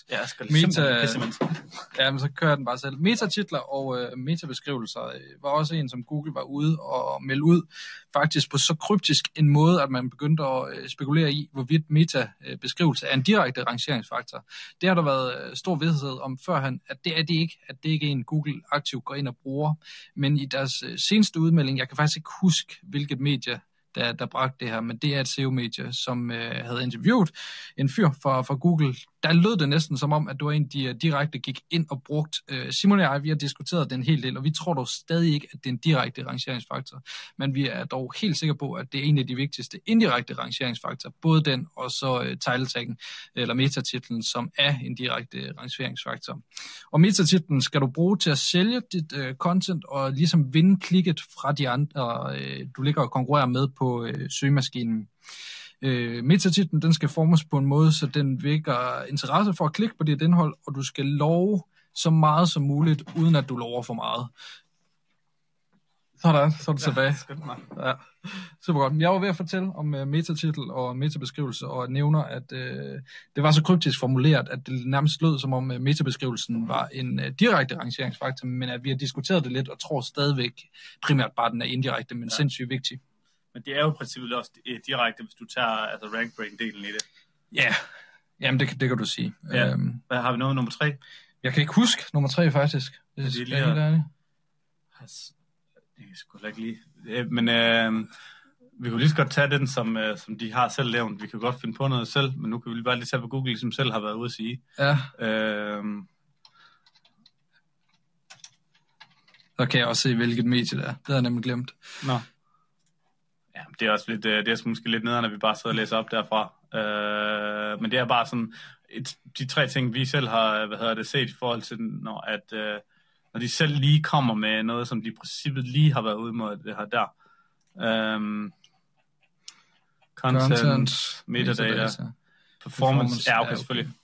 Speaker 3: men så kører den bare selv. Metatitler og metabeskrivelser var også en, som Google var ude og melde ud, faktisk på så kryptisk en måde, at man begyndte at spekulere i, hvorvidt metabeskrivelse er en direkte rangeringsfaktor. Det har der været stor vidsthed om førhen, at det er det ikke, at det ikke er en Google aktivt går ind og bruger, men i deres seneste udmelding, jeg kan faktisk ikke huske, hvilket medie der bragte det her, men det er et SEO-medie, som havde interviewet en fyr fra Google. Der lød det næsten som om, at det var en, de direkte gik ind og brugt. Simon og jeg, vi har diskuteret den en hel del, og vi tror dog stadig ikke, at det er en direkte rangeringsfaktor. Men vi er dog helt sikre på, at det er en af de vigtigste indirekte rangeringsfaktorer. Både den og så title taggen, eller metatitlen, som er en direkte rangeringsfaktor. Og metatitlen skal du bruge til at sælge dit content, og ligesom vinde klikket fra de andre, du ligger og konkurrerer med på søgemaskinen. Metatitlen, den skal formes på en måde, så den vækker interesse for at klikke på dit indhold, og du skal love så meget som muligt, uden at du lover for meget. Sådan, så er du tilbage. Ja, super godt. Jeg var ved at fortælle om metatitel og metabeskrivelse, og nævner, at det var så kryptisk formuleret, at det nærmest lød, som om metabeskrivelsen var en direkte rangeringsfaktor, men at vi har diskuteret det lidt, og tror stadigvæk primært bare, den er indirekte, men sindssygt vigtig.
Speaker 2: Men det er jo i princippet også direkte, hvis du tager altså rank-break-delen i det.
Speaker 3: Ja, jamen det kan du sige.
Speaker 2: Ja. Hvad har vi noget nummer 3?
Speaker 3: Jeg kan ikke huske nummer 3 faktisk. Det er helt ærligt.
Speaker 2: Det kan sgu ikke lige. Men vi kunne lige så godt tage den, som de har selv lavet. Vi kan godt finde på noget selv, men nu kan vi bare lige tage på Google, som selv har været ude at sige.
Speaker 3: Ja. Så kan jeg også se, hvilket medie det er. Det har jeg nemlig glemt.
Speaker 2: Nå. Ja, det er også lidt, det er måske lidt nederen, at vi bare sidder og læser op derfra. Men det er bare sådan, de 3 ting, vi selv har set i forhold til, når de selv lige kommer med noget, som de i princippet lige har været ude med det her der. Content, metadata, performance. Ja, okay, selvfølgelig.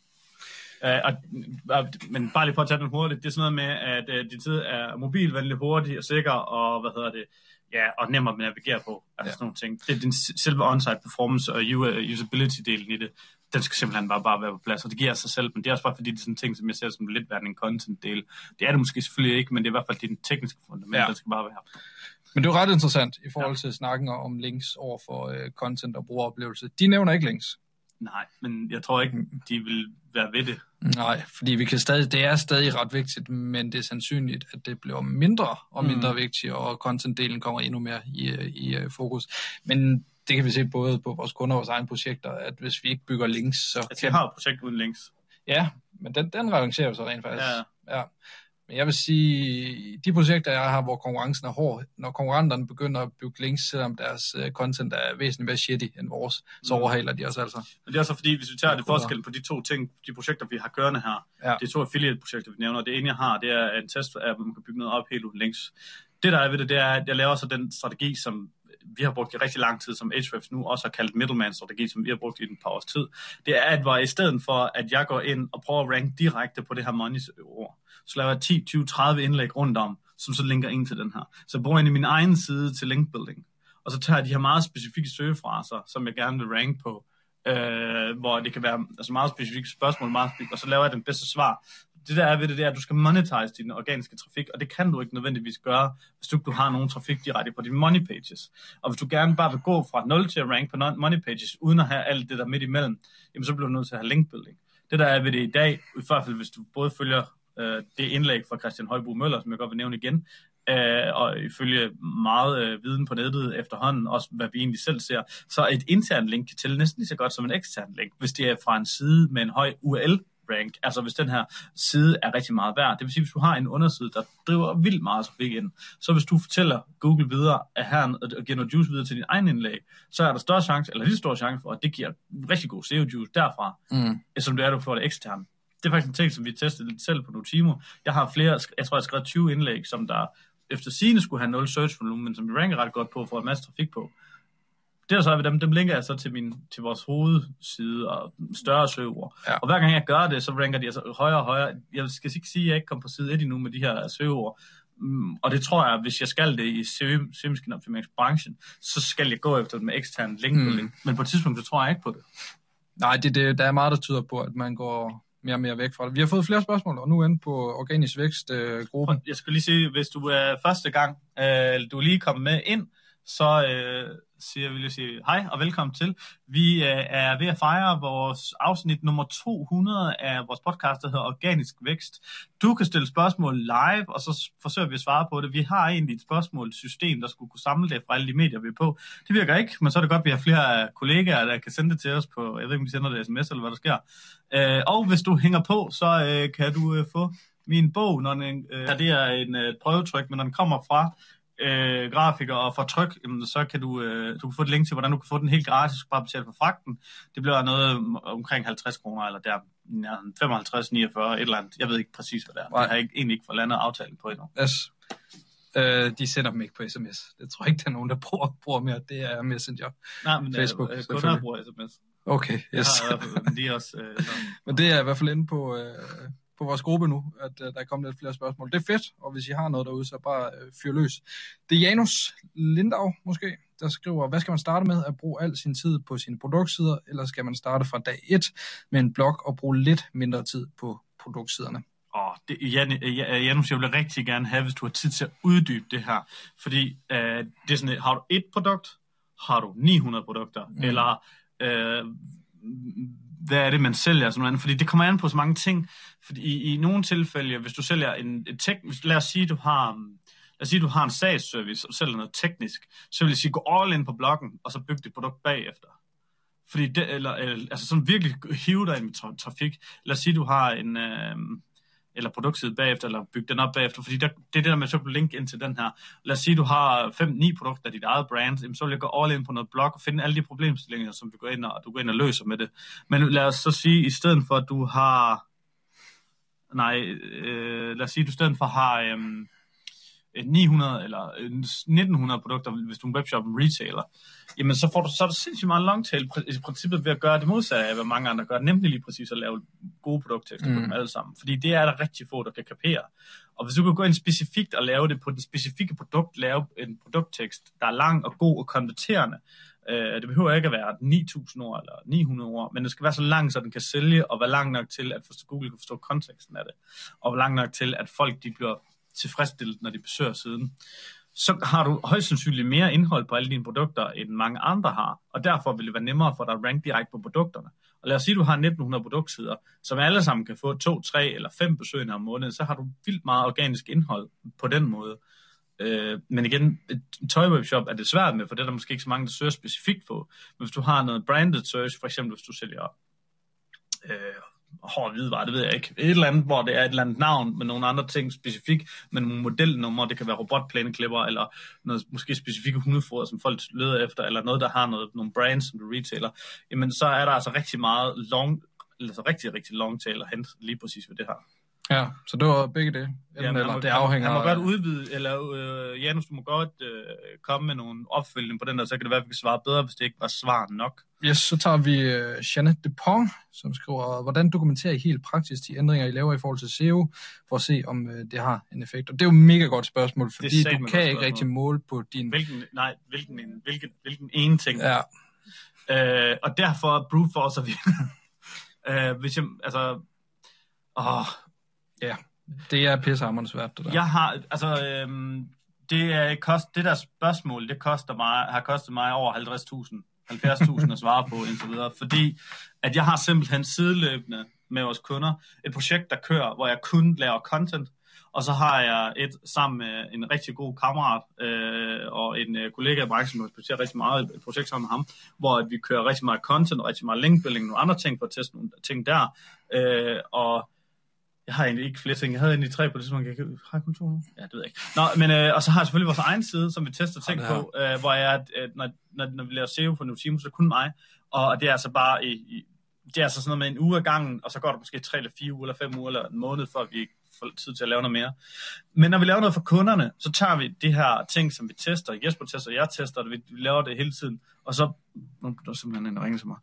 Speaker 2: Men bare lige på at tage den hurtigt, det er sådan noget med, at din tid er mobilvenlig, hurtig og sikker, og og nemmere at navigere på. Altså sådan nogle ting. Det er din selve on-site performance og usability-delen i det. Den skal simpelthen bare være på plads, og det giver sig selv, men det er også bare fordi, det er sådan en ting, som jeg ser som lidt værende en content-del. Det er det måske selvfølgelig ikke, men det er i hvert fald din tekniske fundament, der skal bare være.
Speaker 3: Men det er jo ret interessant i forhold til snakken om links over for content og brugeroplevelse. De nævner ikke links.
Speaker 2: Nej, men jeg tror ikke, de vil være ved det.
Speaker 3: Nej, fordi det er stadig ret vigtigt, men det er sandsynligt, at det bliver mindre og mindre vigtigt, og content-delen kommer endnu mere i fokus. Men det kan vi se både på vores kunder og vores egne projekter, at hvis vi ikke bygger links, så...
Speaker 2: Altså, jeg har et projekt uden links.
Speaker 3: Ja, men den rangerer jo så rent faktisk.
Speaker 2: Ja.
Speaker 3: Men jeg vil sige, de projekter, jeg har, hvor konkurrencen er hård, når konkurrenterne begynder at bygge links, selvom deres content er væsentligt mere shitty end vores, så overhaler de os altså.
Speaker 2: Men det er også fordi, hvis vi tager det forskel på de to ting, de projekter, vi har kørende her, det er 2 affiliate-projekter, vi nævner, det ene, jeg har, det er en test-app, hvor man kan bygge noget op helt uden links. Det, der er ved det, det er, at jeg laver så den strategi, som vi har brugt i rigtig lang tid, som Ahrefs nu også har kaldt middleman-strategi, som vi har brugt i et par års tid. Det er, at var i stedet for, at jeg går ind og prøver at ranke direkte på det her money-ord, så laver jeg 10, 20, 30 indlæg rundt om, som så linker ind til den her. Så jeg bruger ind i min egen side til linkbuilding. Og så tager jeg de her meget specifikke søgefraser, som jeg gerne vil ranke på, hvor det kan være altså meget specifikke spørgsmål, og så laver jeg den bedste svar. Det der er ved det, er, at du skal monetize din organiske trafik, og det kan du ikke nødvendigvis gøre, hvis du har nogen trafik direkte på dine money pages. Og hvis du gerne bare vil gå fra 0 til at rank på money pages, uden at have alt det der midt imellem, jamen så bliver du nødt til at have linkbuilding. Det der er ved det i dag, i hvert fald hvis du både følger det indlæg fra Christian Højbo Møller, som jeg godt vil nævne igen, og ifølge meget viden på nettet efterhånden, også hvad vi egentlig selv ser, så et internt link kan tælle næsten lige så godt som en ekstern link, hvis det er fra en side med en høj URL rank, altså hvis den her side er rigtig meget værd. Det vil sige, hvis du har en underside, der driver vildt meget trafik ind, så hvis du fortæller Google videre, at her og giver noget juice videre til din egen indlæg, så er der større chance, eller lige stor chance for, at det giver rigtig god SEO-juice derfra, som det er, du får det ekstern. Det er faktisk en ting, som vi testede lidt selv på Notimo. Jeg har flere, jeg tror, jeg har skrevet 20 indlæg, som der efter sigende skulle have 0 search volume, men som vi ranker ret godt på, for en masse trafik på. Det er så ved dem linker jeg så til vores hovedside og større søgeord. Ja. Og hver gang jeg gør det, så ranker de altså højere og højere. Jeg skal ikke sige, at jeg ikke kommer på side 1 endnu med de her søgeord. Og det tror jeg, hvis jeg skal det i søgemaskineoptimeringsbranchen, så skal jeg gå efter det med ekstern linkbuilding. Men på et tidspunkt, så tror jeg ikke på det.
Speaker 3: Nej, der er meget, der tyder på, at man går mere og mere væk fra det. Vi har fået flere spørgsmål, og nu inde på Organisk Vækst-gruppen.
Speaker 2: Jeg skal lige sige, hvis du er første gang, du er lige kommet med ind, så vil jeg sige hej og velkommen til. Vi er ved at fejre vores afsnit nummer 200 af vores podcast, der hedder Organisk Vækst. Du kan stille spørgsmål live, og så forsøger vi at svare på det. Vi har egentlig et spørgsmålssystem, der skulle kunne samle det fra alle de medier, vi er på. Det virker ikke, men så er det godt, at vi har flere kollegaer, der kan sende det til os på, jeg ved ikke, om de sender det sms eller hvad der sker. Og hvis du hænger på, så kan du få min bog, når det er en prøvetryk, men når den kommer fra grafiker og for tryk, så kan du kan få et link til, hvordan du kan få den helt gratis, bare betale for fragten. Det bliver noget omkring 50 kroner, eller der 55, 49, et eller andet. Jeg ved ikke præcis, hvad det er. Jeg har egentlig ikke fået landet aftalen på endnu.
Speaker 3: Yes. De sender dem ikke på sms. Jeg tror ikke, der er nogen, der bruger mere. Det er Messenger.
Speaker 2: Nej, men Facebook, kunder bruger sms.
Speaker 3: Okay, yes.
Speaker 2: De er også,
Speaker 3: men det er i hvert fald inde på vores gruppe nu, at der er kommet lidt flere spørgsmål. Det er fedt, og hvis I har noget derude, så bare fyr løs. Det er Janus Lindau måske, der skriver, hvad skal man starte med? At bruge al sin tid på sine produktsider, eller skal man starte fra dag 1 med en blog og bruge lidt mindre tid på produktsiderne?
Speaker 2: Janus, jeg vil rigtig gerne have, hvis du har tid til at uddybe det her. Fordi det er sådan, har du et produkt, har du 900 produkter, eller hvad er det, man sælger? Sådan noget. Fordi det kommer an på så mange ting. Fordi i nogle tilfælde, hvis du sælger lad os sige, du har en SaaS-service, og sælger noget teknisk, så vil jeg sige, gå all in på bloggen, og så bygge det produkt bagefter. Fordi det, altså sådan virkelig hive dig ind med trafik. Lad os sige, du har en eller produktside bagefter, eller bygge den op bagefter, fordi det er det der med at så link ind til den her. Lad os sige, du har 5-9 produkter af dit eget brand, så vil jeg gå all in på noget blog og finde alle de problemstillinger, som vi går ind og løser med det. Men lad os så sige, i stedet for, at du har lad os sige, du i stedet for har 900 eller 1900 produkter, hvis du er en webshop, en retailer, jamen så er der sindssygt meget longtail i princippet ved at gøre det modsatte af, hvad mange andre gør, nemlig lige præcis at lave gode produkttekster på dem alle sammen. Fordi det er der rigtig få, der kan kapere. Og hvis du kan gå ind specifikt og lave det på den specifikke produkt, lave en produkttekst, der er lang og god og konverterende, det behøver ikke at være 9.000 ord eller 900 ord, men det skal være så lang, så den kan sælge, og være lang nok til, at Google kan forstå konteksten af det, og være lang nok til, at folk de bliver tilfredsstillet, når de besøger siden. Så har du højst sandsynligt mere indhold på alle dine produkter, end mange andre har, og derfor vil det være nemmere for dig at rank direkte på produkterne. Og lad os sige, at du har 1900 produktsider, som alle sammen kan få 2, 3 eller 5 besøgende om måneden, så har du vildt meget organisk indhold på den måde. Men igen, en tøjwebshop er det svært med, for det er der måske ikke så mange, der søger specifikt på. Men hvis du har noget branded search, for eksempel hvis du sælger hård hvidevare, det ved jeg ikke. Et eller andet, hvor det er et eller andet navn med nogle andre ting specifikt, med nogle modelnumre, det kan være robotplæneklipper, eller noget måske specifikke hundefoder, som folk leder efter, eller noget, der har nogle brands, som du retailer, jamen så er der altså rigtig meget rigtig long tail at hente lige præcis ved det her.
Speaker 3: Ja, så det var begge det. Eller det afhænger...
Speaker 2: Han må godt udvide, eller Janus, du må godt komme med nogle opfølgning på den der, så kan det være, at vi kan svare bedre, hvis det ikke var svar nok.
Speaker 3: Yes, så tager vi Jeanette Dupont, som skriver, hvordan dokumenterer I helt praktisk de ændringer, I laver i forhold til SEO, for at se, om det har en effekt. Og det er jo et mega godt spørgsmål, fordi du kan ikke rigtig måle på din... Hvilken
Speaker 2: ene ting.
Speaker 3: Ja.
Speaker 2: Og derfor brute forcer vi. Hvis jeg, altså...
Speaker 3: Ja, det er pissehammerende svært, det der.
Speaker 2: Jeg har, altså, det der spørgsmål, har kostet mig over 70.000 at svare på, indtil videre, fordi at jeg har simpelthen sideløbende med vores kunder et projekt, der kører, hvor jeg kun laver content, og så har jeg sammen med en rigtig god kammerat og en kollega i branchen, som respekterer rigtig meget, et projekt sammen med ham, hvor vi kører rigtig meget content, rigtig meget linkbuilding, nogle andre ting for at teste nogle ting der, og jeg har egentlig ikke flere ting. Jeg havde egentlig 3 på det, som jeg har kun 2 nu. Ja, det ved jeg ikke. Nå, men og så har jeg selvfølgelig vores egen side, som vi tester ting på, hvor jeg, når vi laver SEO for Notimo, så kun mig. Og det er altså bare det er altså sådan noget med en uge ad gangen, og så går der måske 3 eller 4 uger, eller 5 uger, eller en måned, for at vi får tid til at lave noget mere. Men når vi laver noget for kunderne, så tager vi det her ting, som vi tester, Jesper tester, jeg tester, og vi laver det hele tiden, og så, der er simpelthen en, der ringer til mig,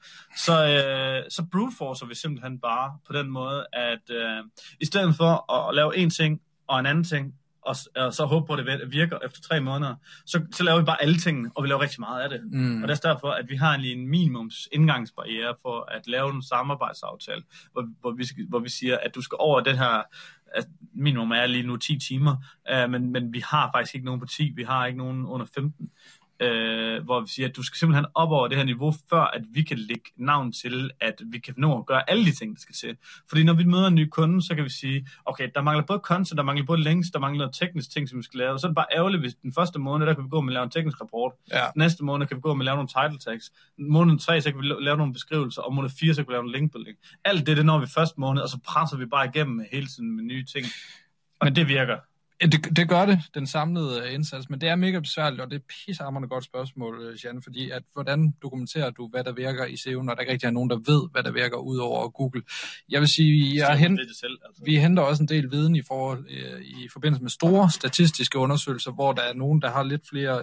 Speaker 2: så brute forcer vi simpelthen bare på den måde, at i stedet for at lave en ting og en anden ting, og så håbe på, at det virker efter 3 måneder, så laver vi bare alle tingene, og vi laver rigtig meget af det. Og det er derfor, at vi har en minimums indgangsbarriere for at lave en samarbejdsaftale, hvor vi siger, at du skal over den her, at minimum er lige nu 10 timer, men vi har faktisk ikke nogen på 10, vi har ikke nogen under 15, hvor vi siger, at du skal simpelthen op over det her niveau, før at vi kan lægge navn til, at vi kan nå at gøre alle de ting, der skal til. Fordi når vi møder en ny kunde, så kan vi sige, okay, der mangler både content, der mangler både links, der mangler tekniske ting, som vi skal lave. Og så er det bare ærgerligt, hvis den første måned, der kan vi gå med at lave en teknisk rapport. Ja. Næste måned kan vi gå med at lave nogle title tags. Måned 3, så kan vi lave nogle beskrivelser, og måned 4, så kan vi lave en linkbuilding. Alt det når vi første måned, og så presser vi bare igennem hele tiden med nye ting. Og det virker.
Speaker 3: Det gør det, den samlede indsats, men det er mega besværligt, og det er pissehammerende godt spørgsmål, Jeanne, fordi at hvordan dokumenterer du, hvad der virker i SEO, når der ikke rigtig er nogen, der ved, hvad der virker ud over Google? Jeg vil sige, vi henter også en del viden i forbindelse med store statistiske undersøgelser, hvor der er nogen, der har lidt flere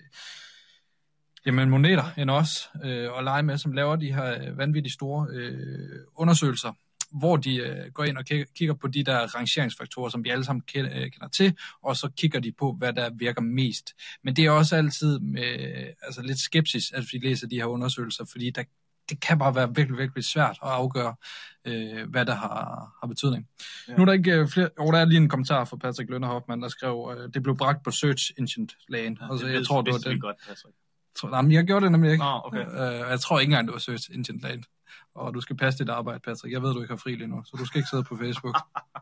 Speaker 3: moneter end os at lege med, som laver de her vanvittigt store undersøgelser, hvor de går ind og kigger på de der rangeringsfaktorer, som vi alle sammen kender til, og så kigger de på, hvad der virker mest. Men det er også altid med lidt skepsis, at vi læser de her undersøgelser, fordi det kan bare være virkelig, virkelig svært at afgøre, hvad der har betydning. Ja. Nu er der ikke flere... der er lige en kommentar fra Patrick Lønner Hoffmann, der skrev, det blev bragt på Search Engine Lane.
Speaker 2: Ja, altså, jeg tror, det var det. Godt, Patrick.
Speaker 3: Men jeg gjorde det nemlig ikke.
Speaker 2: Okay.
Speaker 3: Jeg tror ikke engang, det var Search Engine Lane. Og du skal passe dit arbejde, Patrick. Jeg ved, du ikke har fri lige nu, så du skal ikke sidde på Facebook.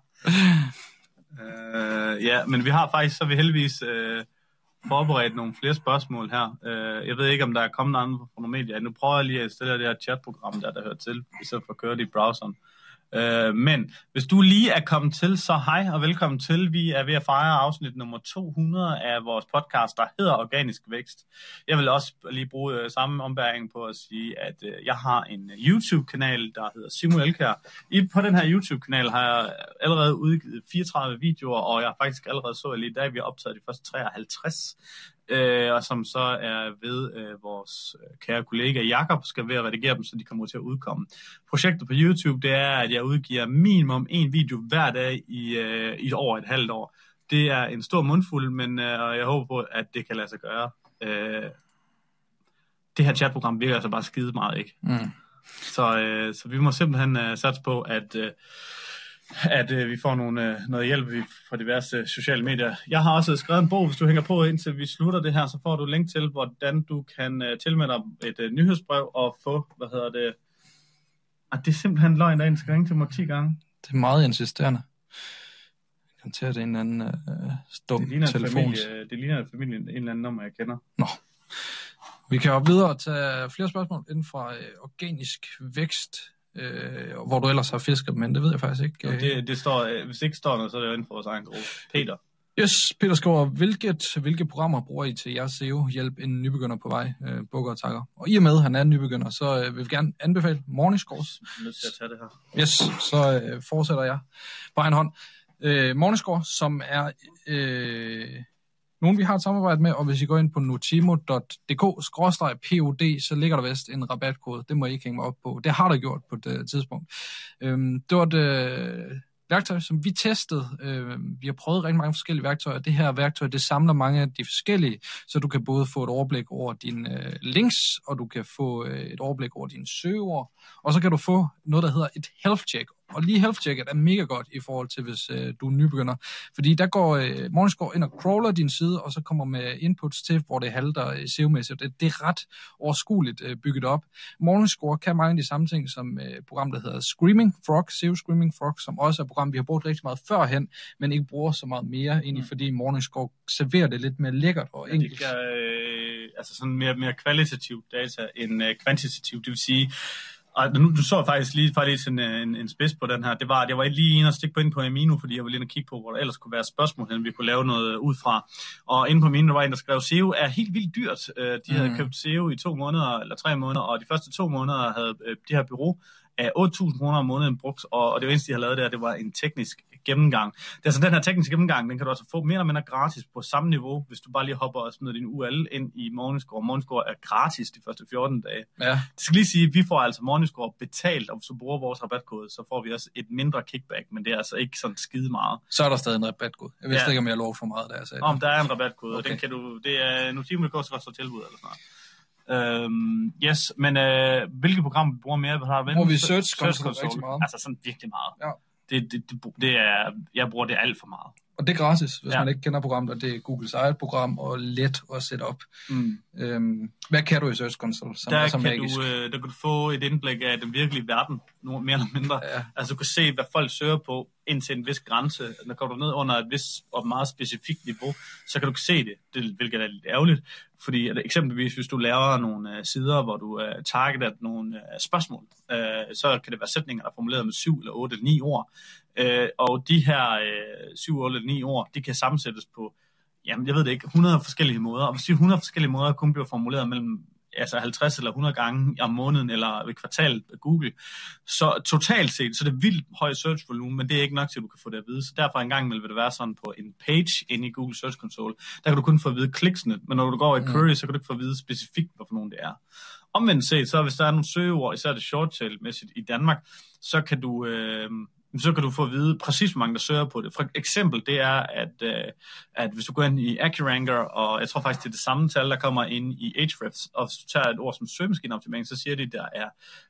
Speaker 2: Ja, men vi har faktisk, så vi heldigvis forberedt nogle flere spørgsmål her. Jeg ved ikke, om der er kommet andre fra nogle medier. Nu prøver jeg lige at stille det her chatprogram, der hører til, i stedet for at køre det i browseren. Men hvis du lige er kommet til, så hej og velkommen til. Vi er ved at fejre afsnit nummer 200 af vores podcast, der hedder Organisk Vækst. Jeg vil også lige bruge samme ombæring på at sige, at jeg har en YouTube-kanal, der hedder Simon Elkjær. På den her YouTube-kanal har jeg allerede udgivet 34 videoer, og jeg har faktisk allerede så lige i dag, vi har optaget de første 53. Og som så er ved vores kære kollega Jakob skal ved at redigere dem, så de kommer til at udkomme. Projektet på YouTube, det er, at jeg udgiver minimum 1 video hver dag i over et halvt år. Det er en stor mundfuld, men jeg håber på, at det kan lade sig gøre. Det her chatprogram virker altså bare skide meget, ikke? Så vi må simpelthen satse på, at vi får noget hjælp fra diverse sociale medier. Jeg har også skrevet en bog, hvis du hænger på, indtil vi slutter det her, så får du link til, hvordan du kan tilmelde dig et nyhedsbrev og få, det er simpelthen løgn, der skal ringe til mig 10 gange.
Speaker 3: Det er meget insisterende. Jeg kan tage det en anden stum telefon.
Speaker 2: Det ligner en familie, en eller anden nummer, jeg kender.
Speaker 3: Nå. Vi kan jo videre tage flere spørgsmål inden fra Organisk Vækst. hvor du ellers har fisket, men det ved jeg faktisk ikke.
Speaker 2: Det står, hvis det ikke står noget, så er det jo inden for vores egen gruppe. Peter.
Speaker 3: Yes, Peter skriver, hvilke programmer bruger I til jeres SEO? Hjælp en nybegynder på vej. Bukker og takker. Og i og med, at han er en nybegynder, så vil vi gerne anbefale Morningscores.
Speaker 2: Jeg er nødt til at tage det her.
Speaker 3: Yes, så fortsætter jeg på egen hånd. Morningscore, som er nogen, vi har et samarbejde med, og hvis I går ind på notimo.dk/POD, så ligger der vist en rabatkode. Det må I ikke hænge mig op på. Det har der gjort på et tidspunkt. Det var et værktøj, som vi testede. Vi har prøvet rigtig mange forskellige værktøjer. Det her værktøj, det samler mange af de forskellige, så du kan både få et overblik over dine links, og du kan få et overblik over dine søgeord, og så kan du få noget, der hedder et health check. Og lige health checket er mega godt i forhold til, hvis du er nybegynder. Fordi der går Morningscore ind og crawler din side, og så kommer med inputs til, hvor det halter SEO-mæssigt. Det er ret overskueligt bygget op. Morningscore kan mange af de samme ting som et program, der hedder Screaming Frog, SEO Screaming Frog, som også er et program, vi har brugt rigtig meget førhen, men ikke bruger så meget mere, egentlig fordi Morningscore serverer det lidt mere lækkert og enkelt.
Speaker 2: Det kan, altså sådan mere kvalitativ data end kvantitativ, det vil sige. Og nu du så faktisk lige en spids på den her. Jeg var lige inde og stikke på ind på Amino, fordi jeg ville ind og kigge på, hvor der ellers kunne være spørgsmål, vi kunne lave noget ud fra. Og inde på Amino, der var en, der skrev, SEO er helt vildt dyrt. De havde købt SEO i 2 måneder eller 3 måneder, og de første 2 måneder havde det her bureau af 8.000 kroner om måneden brugt, og det eneste, de havde lavet der, det var en teknisk gennemgang. Det er altså den her tekniske gennemgang, den kan du altså få mere eller mindre gratis på samme niveau, hvis du bare lige hopper og smider din URL ind i Morningscore. Morningscore er gratis de første 14 dage. Ja. Det skal lige sige, at vi får altså Morningscore betalt, og hvis du bruger vores rabatkode, så får vi også et mindre kickback, men det er altså ikke sådan skide meget.
Speaker 3: Så er der stadig en rabatkode. Jeg vidste ikke, om jeg lov for meget, da jeg sagde det.
Speaker 2: Der er en rabatkode, okay. Og den kan du, det er Notimo, det går så godt så tilbud eller sådan noget. Yes, men hvilke programmer bruger mere?
Speaker 3: Bruger vi Search Console rigtig meget?
Speaker 2: Altså sådan virkelig meget. Ja. Det er, jeg bruger det alt for meget.
Speaker 3: Og det er gratis, hvis man ikke kender programmet, og det er Googles eget program, og let at sætte op. Hvad kan du i Search Console?
Speaker 2: Der kan du få et indblik af den virkelige verden, mere eller mindre. Ja. Altså du kan se, hvad folk søger på indtil en vis grænse. Når går du ned under et vist og meget specifikt niveau, så kan du se det, hvilket er lidt ærgerligt. Fordi eksempelvis, hvis du laver nogle sider, hvor du targeter nogle spørgsmål, så kan det være sætninger, der er formuleret med 7 eller 8 eller 9 ord. Og de her 7, 8 eller 9 ord, de kan sammensættes på, jamen jeg ved det ikke, 100 forskellige måder. Og hvis de 100 forskellige måder kun bliver formuleret mellem 50 eller 100 gange om måneden eller ved kvartalet af Google, så totalt set, så er det vildt høj search volumen, men det er ikke nok til, at du kan få det at vide. Så derfor en gang vil det være sådan på en page inde i Google Search Console, der kan du kun få at vide kliksene, men når du går i query, så kan du ikke få at vide specifikt, hvorfor nogen det er. Omvendt set, så hvis der er nogle søgeord, især det short tail-mæssigt i Danmark, så kan du få at vide præcis, hvor mange der søger på det. For eksempel, det er, at hvis du går ind i AccuRanker, og jeg tror faktisk, det er det samme tal, der kommer ind i Ahrefs, og hvis du tager et ord som søgemaskineoptimering, så siger de, at der er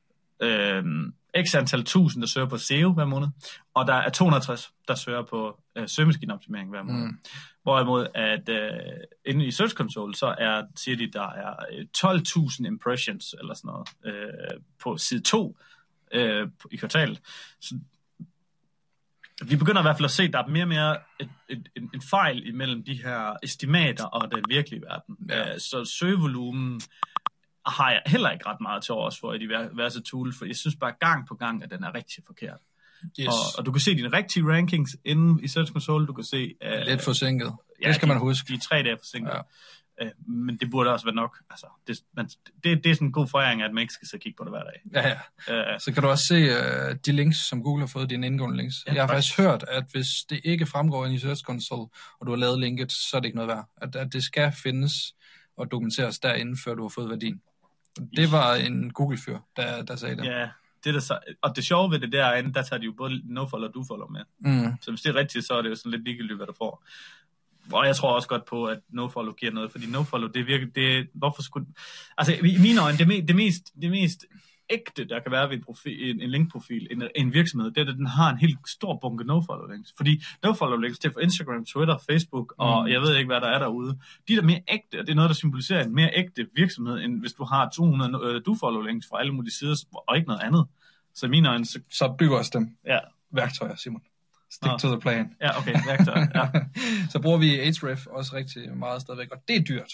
Speaker 2: x antal 1000, der søger på SEO hver måned, og der er 260, der søger på søgemaskineoptimering hver måned. Hvorimod, at inde i Search Console, så siger de, der er 12.000 impressions, eller sådan noget, på side 2 i kvartalet. Så vi begynder i hvert fald at se, at der er mere og mere en fejl imellem de her estimater og den virkelige verden. Ja. Så søgevolumen har jeg heller ikke ret meget til overs for i diverse tools, for jeg synes bare gang på gang, at den er rigtig forkert. Yes. Og du kan se dine rigtige rankings inde i Search Console, du kan se...
Speaker 3: lidt forsinket. Det skal man huske.
Speaker 2: De er 3 dage forsinket. Ja. Men det burde også være nok. Altså, det er sådan en god foræring, at man ikke skal så kigge på det hver dag.
Speaker 3: Ja. Så kan du også se de links, som Google har fået, dine indgående links. Ja, jeg har faktisk hørt, at hvis det ikke fremgår ind i Search Console, og du har lavet linket, så er det ikke noget værd. At det skal findes og dokumenteres derinde, før du har fået værdien. Det var en Google-fyr, der sagde det.
Speaker 2: Ja, og det sjove ved det derinde, der tager de jo både nofollow og dofollow med. Så hvis det er rigtigt, så er det jo sådan lidt ligegyldigt, hvad du får. Og jeg tror også godt på, at nofollow giver noget, fordi nofollow, det virker, hvorfor skulle... Altså, i mine øjne, det mest ægte, der kan være ved en linkprofil, en virksomhed, det er, at den har en helt stor bunke nofollow links. Fordi nofollow links, det er for Instagram, Twitter, Facebook, og jeg ved ikke, hvad der er derude. De der mere ægte, og det er noget, der symboliserer en mere ægte virksomhed, end hvis du har 200 dofollow links fra alle mulige sider, og ikke noget andet. Så i mine øjne...
Speaker 3: Så bygger os dem. Ja. Værktøjer, Simon. Stick to the plan.
Speaker 2: Ja, okay, værktøj. Ja.
Speaker 3: Så bruger vi Ahrefs også rigtig meget stadigvæk, og det er dyrt.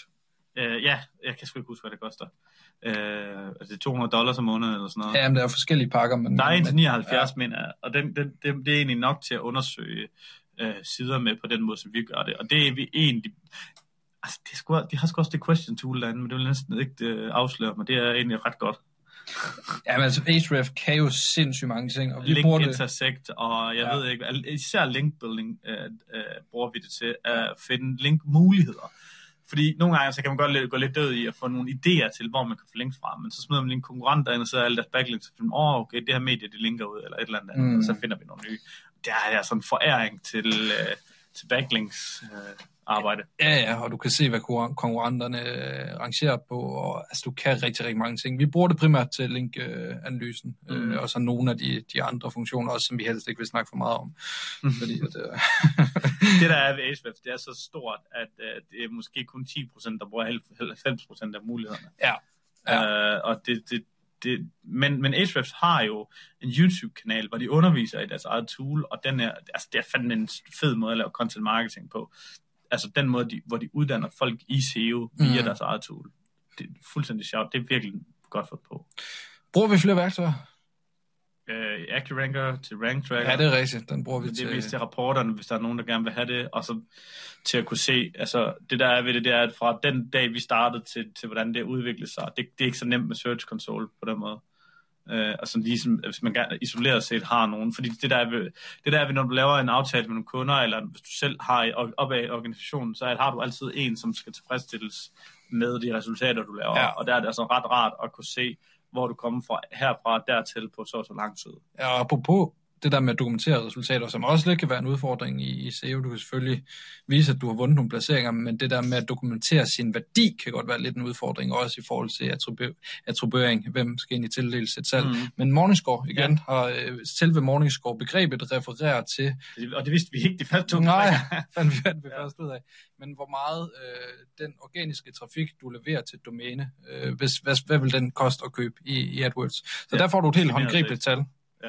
Speaker 2: Ja, jeg kan sgu ikke huske, hvad det koster. Altså det er $200 om måneden eller sådan noget.
Speaker 3: Ja, men der er forskellige pakker. Men,
Speaker 2: der er en til 79, men og det er egentlig nok til at undersøge sider med på den måde, som vi gør det. Og det er vi egentlig... Altså, de har sgu også det question tool derinde, men det vil næsten ikke afsløre mig. Det er egentlig ret godt.
Speaker 3: Ja, men altså Ahrefs kan jo sindssygt mange ting, og vi
Speaker 2: link
Speaker 3: bruger det.
Speaker 2: intersect, og jeg ved ikke, især link building bruger vi det til at finde link muligheder. Fordi nogle gange så kan man godt gå lidt død i at få nogle idéer til, hvor man kan få links fra, men så smider man lige en konkurrent derinde, og så er alle deres backlinks, og finder, okay, det her medie, de linker ud, eller et eller andet, og så finder vi nogle nye. Det er sådan en foræring til backlinks arbejde.
Speaker 3: Ja, og du kan se, hvad konkurrenterne rangerer på, og altså, du kan rigtig, rigtig mange ting. Vi bruger det primært til linkanalysen, og så nogle af de andre funktioner også, som vi helst ikke vil snakke for meget om. Fordi at,
Speaker 2: det der er ved Ahrefs, det er så stort, at det er måske kun 10%, der bruger 90% af mulighederne.
Speaker 3: Ja.
Speaker 2: Og men Ahrefs har jo en YouTube-kanal, hvor de underviser i deres eget tool, og det er fandme en fed måde at lave content marketing på. Altså den måde, hvor de uddanner folk i SEO via deres eget tool. Det er fuldstændig sjovt. Det er virkelig godt fået på.
Speaker 3: Bruger vi flere værktøjer?
Speaker 2: AccuRanker til Rank Tracker.
Speaker 3: Ja, det er rigtigt. Den bruger vi til.
Speaker 2: Det er vist til rapporterne, hvis der er nogen, der gerne vil have det. Og så til at kunne se, altså det der er ved det, det er, at fra den dag, vi startede til hvordan det udvikler sig, det er ikke så nemt med Search Console på den måde. Og sådan ligesom, hvis man gerne isoleret set har nogen. Fordi det der er ved, når du laver en aftale med nogle kunder, eller hvis du selv har op ad organisationen, så har du altid en, som skal tilfredsstilles med de resultater, du laver. Ja. Og der er det altså ret rart at kunne se, hvor du kommer fra herfra dertil på så lang tid.
Speaker 3: Ja, og apropos det der med at dokumentere resultater, som også lidt kan være en udfordring i SEO. Du kan selvfølgelig vise, at du har vundet nogle placeringer, men det der med at dokumentere sin værdi kan godt være lidt en udfordring, også i forhold til attribuering, hvem skal egentlig tildeles et salg. Men Morningscore, igen, har selve Morningscore-begrebet refererer til...
Speaker 2: Og det vidste vi ikke de første 2
Speaker 3: Nej, fandt vi først ud af. Men hvor meget den organiske trafik, du leverer til et domæne, hvad vil den koste at købe i AdWords? Så der får du et helt håndgribeligt tal.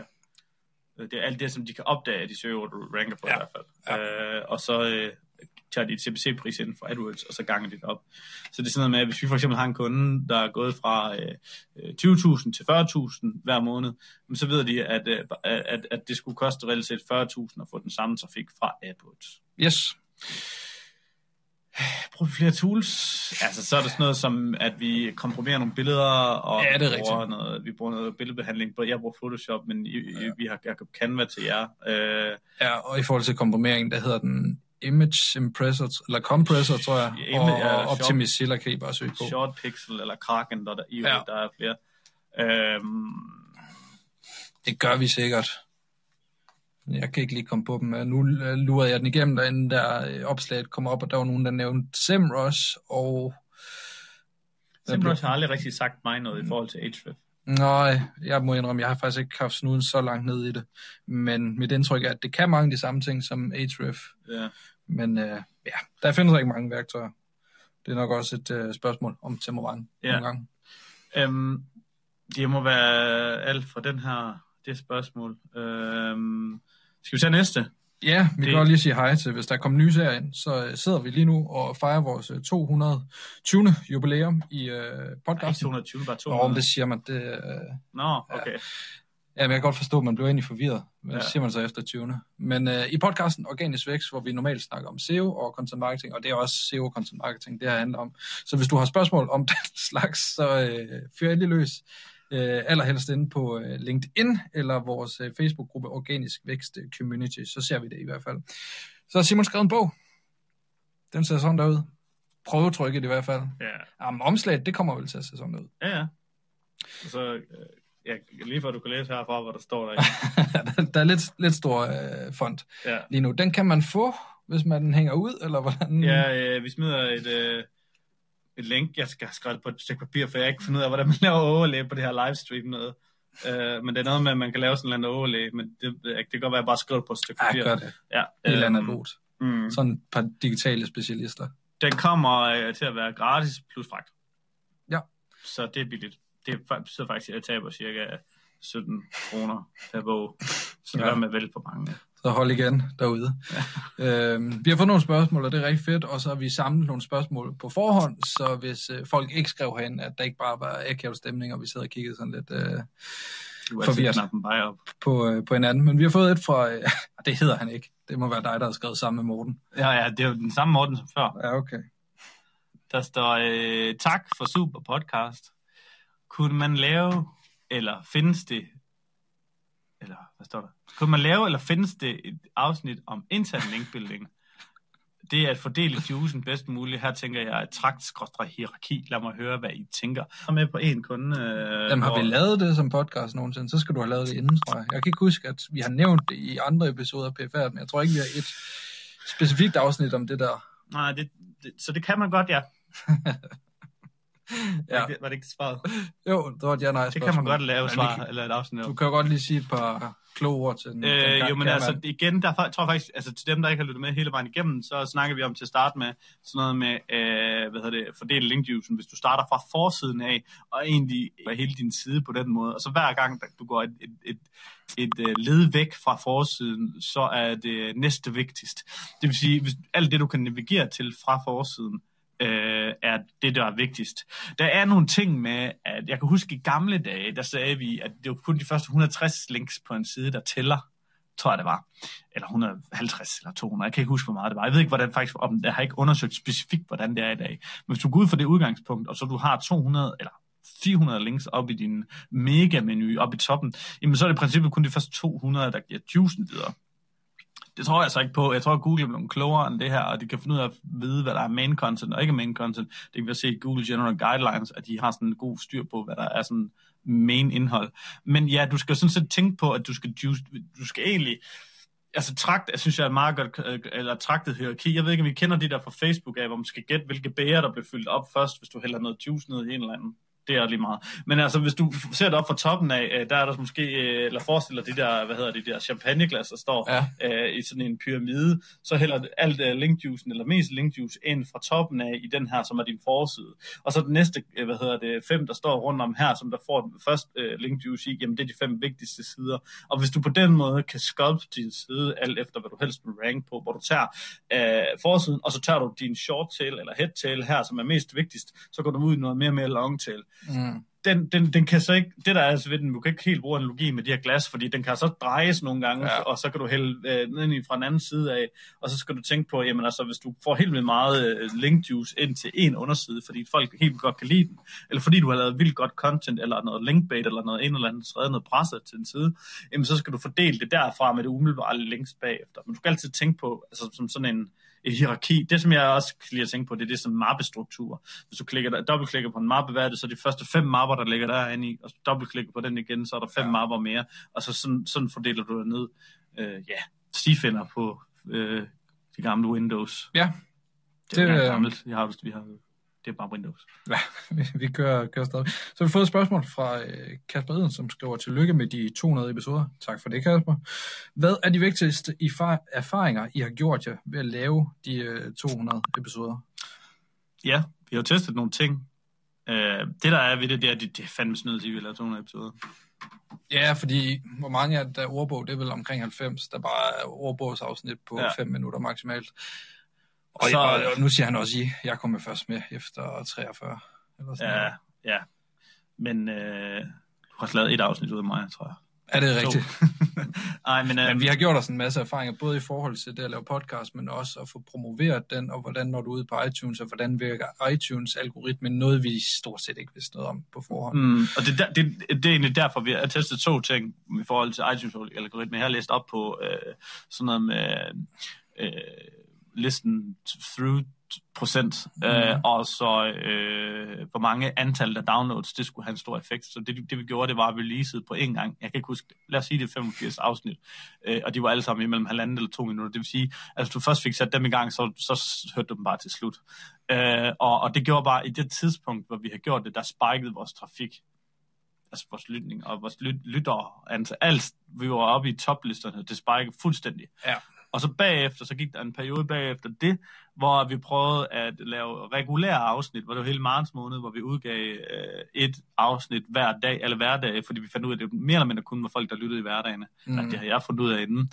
Speaker 2: Det er alt det, som de kan opdage, at de søger, du ranker på i hvert fald. Ja. Og så tager de et CPC-pris inden for AdWords, og så ganger de det op. Så det er sådan noget med, at hvis vi for eksempel har en kunde, der er gået fra 20.000 til 40.000 hver måned, så ved de, at det skulle koste reelt set 40.000 at få den samme trafik fra AdWords.
Speaker 3: Yes.
Speaker 2: Bruger vi flere tools? Altså, så er det sådan noget som, at vi komprimerer nogle billeder, og vi bruger noget billedbehandling. Jeg bruger Photoshop, men vi har Canva til jer.
Speaker 3: Ja, og i forhold til komprimering, der hedder den Image Compressor, eller Compressor, tror jeg, og Optimizilla kan I bare søge på.
Speaker 2: Short Pixel, eller Kraken, der er flere.
Speaker 3: Det gør vi sikkert. Jeg kan ikke lige komme på dem. Nu lurede jeg den igennem, inden der opslaget kom op, og der var nogen, der nævnte SEMrush, og...
Speaker 2: SEMrush har aldrig rigtig sagt mig noget i forhold til Ahrefs.
Speaker 3: Nej, jeg må indrømme, jeg har faktisk ikke haft snuden så langt ned i det. Men mit indtryk er, at det kan mange af de samme ting som Ahrefs.
Speaker 2: Ja.
Speaker 3: Men der findes ikke mange værktøjer. Det er nok også et spørgsmål om temperament nogle gange.
Speaker 2: Det må være alt for det spørgsmål. Skal vi tage næste?
Speaker 3: Ja, vi kan godt lige sige hej til, hvis der kommer nye serier ind, så sidder vi lige nu og fejrer vores 220. jubilæum i podcasten.
Speaker 2: 220, bare 200.
Speaker 3: Det siger man.
Speaker 2: Nå, okay.
Speaker 3: Ja, men jeg kan godt forstå, at man bliver egentlig forvirret. Hvad siger man så efter 20. Men i podcasten Organisk Vækst, hvor vi normalt snakker om SEO og content marketing, og det er også SEO og content marketing, det her handler om. Så hvis du har spørgsmål om den slags, så fyr endelig løs. Allerhelst inde på LinkedIn eller vores Facebook-gruppe Organisk Vækst Community, så ser vi det i hvert fald. Så har Simon skrevet en bog. Den ser sådan der ud. Prøvetrykket i hvert fald.
Speaker 2: Ja.
Speaker 3: Jamen, omslaget, det kommer vel til at se sådan ud.
Speaker 2: Ja. Og så lige før du kan læse herfra, hvad der står der.
Speaker 3: Der er lidt stor font lige nu. Den kan man få, hvis man hænger ud, eller hvordan?
Speaker 2: Ja, vi smider et link, jeg skal skrive på et stykke papir, for jeg ikke fundet ud af, hvordan man laver overlay på det her livestream noget. Men det er noget med, at man kan lave sådan en overlay, men det kan godt være, at jeg bare skriver på et stykke papir.
Speaker 3: Ja, gør det.
Speaker 2: Ja,
Speaker 3: helt analogt. Sådan et par digitale specialister.
Speaker 2: Den kommer til at være gratis plus fragt.
Speaker 3: Ja.
Speaker 2: Så det er billigt. Det betyder faktisk, at jeg taber cirka 17 kroner per bog. Så det er med vel for mange.
Speaker 3: Så hold igen derude. Ja. Vi har fået nogle spørgsmål, og det er rigtig fedt, og så har vi samlet nogle spørgsmål på forhånd, så hvis folk ikke skrev herinde, at der ikke bare var akavet stemning, og vi sad og kiggede sådan lidt forvirret på hinanden. Men vi har fået et fra, det hedder han ikke, det må være dig, der har skrevet sammen med Morten.
Speaker 2: Ja, det er jo den samme Morten som før.
Speaker 3: Ja, okay.
Speaker 2: Der står, tak for super podcast. Kunne man lave, eller findes det, eller hvad står der? Kunne man lave, eller findes det et afsnit om intern linkbuilding? Det er at fordele juicen bedst muligt. Her tænker jeg et trakt-hierarki. Lad mig høre, hvad I tænker. Jeg er med på en kunde.
Speaker 3: Jamen, har vi lavet det som podcast nogensinde, så skal du have lavet det inden, tror jeg. Jeg kan ikke huske, at vi har nævnt det i andre episoder af PFR, men jeg tror ikke, vi har et specifikt afsnit om det der.
Speaker 2: Nej, så det kan man godt, ja.
Speaker 3: Ja.
Speaker 2: Var det ikke svaret?
Speaker 3: Jo, det var et ja-nej spørgsmål.
Speaker 2: Det kan man godt lave svar, eller et afsnit.
Speaker 3: Du kan jo godt lige sige et par kloge ord til den.
Speaker 2: Jo, men altså igen, der tror jeg faktisk, altså til dem, der ikke har lyttet med hele vejen igennem, så snakker vi om til at starte med sådan noget med, fordele linkjuicen, hvis du starter fra forsiden af, og egentlig hele din side på den måde, og så hver gang du går et led væk fra forsiden, så er det næste vigtigst. Det vil sige, hvis alt det, du kan navigere til fra forsiden, er det, der er vigtigst. Der er nogle ting med, at jeg kan huske i gamle dage, der sagde vi, at det var kun de første 160 links på en side, der tæller, tror jeg det var. Eller 150 eller 200, jeg kan ikke huske, hvor meget det var. Jeg ved ikke, hvordan faktisk, jeg har ikke undersøgt specifikt, hvordan det er i dag. Men hvis du går ud fra det udgangspunkt, og så du har 200 eller 400 links op i din mega-menu, op i toppen, jamen så er det i princippet kun de første 200, der giver juicen videre. Det tror jeg så ikke på. Jeg tror, at Google er blevet klogere end det her, og de kan finde ud af at vide, hvad der er main content og ikke main content. Det kan vi se i Google General Guidelines, at de har sådan en god styr på, hvad der er sådan main indhold. Men ja, du skal sådan set tænke på, at du skal egentlig... Altså trakt, jeg synes jeg er meget godt, eller traktet hierarki. Jeg ved ikke, om vi kender de der fra Facebook af, hvor man skal gætte, hvilke bæger, der bliver fyldt op først, hvis du hælder noget juice ned i en eller anden. Det er lige meget. Men altså, hvis du ser det op fra toppen af, der er der måske, eller forestiller de der champagneglas, der står i sådan en pyramide, så hælder alt linkjuicen, eller mest linkjuice, ind fra toppen af i den her, som er din forside. Og så den næste, 5, der står rundt om her, som der får den første linkjuice i, jamen det er de 5 vigtigste sider. Og hvis du på den måde kan sculpte din side, alt efter hvad du helst vil rank på, hvor du tager forsiden, og så tager du din short tail eller head tail her, som er mest vigtigst, så går du ud i noget mere long tail.
Speaker 3: Mm.
Speaker 2: Den kan så ikke, det der er altså ved den, du kan ikke helt bruge analogi med de her glas, fordi den kan så drejes nogle gange, og så kan du hælde ned fra en anden side af, og så skal du tænke på, jamen altså, hvis du får helt vildt meget linkjuice ind til en underside, fordi folk helt godt kan lide den, eller fordi du har lavet vildt godt content, eller noget linkbait, eller noget en eller anden skrevet noget presset til en side, jamen så skal du fordele det derfra med det umiddelbare links bagefter. Men du skal altid tænke på, altså som sådan en hierarki. Det, som jeg også kan lide at tænke på, det er det som mappestruktur. Hvis du dobbeltklikker på en mappe, hvad er det, så de første 5 mapper, der ligger derinde i, og så dobbeltklikker på den igen, så er der 5 mapper mere, og så sådan fordeler du det ned. Stifinder på de gamle Windows.
Speaker 3: Ja.
Speaker 2: Det er gammelt. Vi har det er bare Windows.
Speaker 3: Ja, vi kører stadig. Så vi har fået et spørgsmål fra Kasper Eden, som skriver tillykke med de 200 episoder. Tak for det, Kasper. Hvad er de vigtigste erfaringer, I har gjort jer ved at lave de 200 episoder?
Speaker 2: Ja, vi har testet nogle ting. Det der er ved det, det er fandme snydt, at vi har lavet 200 episoder.
Speaker 3: Ja, fordi hvor mange er der ordbog? Det er vel omkring 90, der bare er ordbogsafsnit på 5 minutter maksimalt. Og nu siger han også, jeg kommer først med efter 43. Eller sådan
Speaker 2: ja. Men du har også lavet et afsnit ud af mig, tror jeg.
Speaker 3: Er det rigtigt?
Speaker 2: Ej, men
Speaker 3: vi har gjort os en masse erfaringer, både i forhold til det at lave podcast, men også at få promoveret den, og hvordan når du ud på iTunes, og hvordan virker iTunes algoritme, noget vi stort set ikke vidste noget om på forhånd.
Speaker 2: Og det er egentlig derfor, vi har testet 2 ting i forhold til iTunes algoritme. Jeg har læst op på sådan noget med listen through procent, og så hvor mange antal der downloads, det skulle have en stor effekt. Så det vi gjorde, det var releaset på en gang. Jeg kan ikke huske, lad os sige det 85 afsnit, og de var alle sammen imellem 1,5 eller 2 minutter. Det vil sige, at hvis du først fik sat dem i gang, så hørte du dem bare til slut. Og det gjorde bare, i det tidspunkt, hvor vi har gjort det, der spikede vores trafik. Altså vores lytning og vores lyttere. Altså alt, vi var oppe i toplisterne, det spikede fuldstændig.
Speaker 3: Ja.
Speaker 2: Og så bagefter, så gik der en periode bagefter det, hvor vi prøvede at lave regulære afsnit, hvor det var hele marts måned, hvor vi udgav et afsnit hver dag, eller hverdag, fordi vi fandt ud af, at det mere eller mindre kun var folk, der lyttede i hverdagene. Det har jeg fundet ud af inden.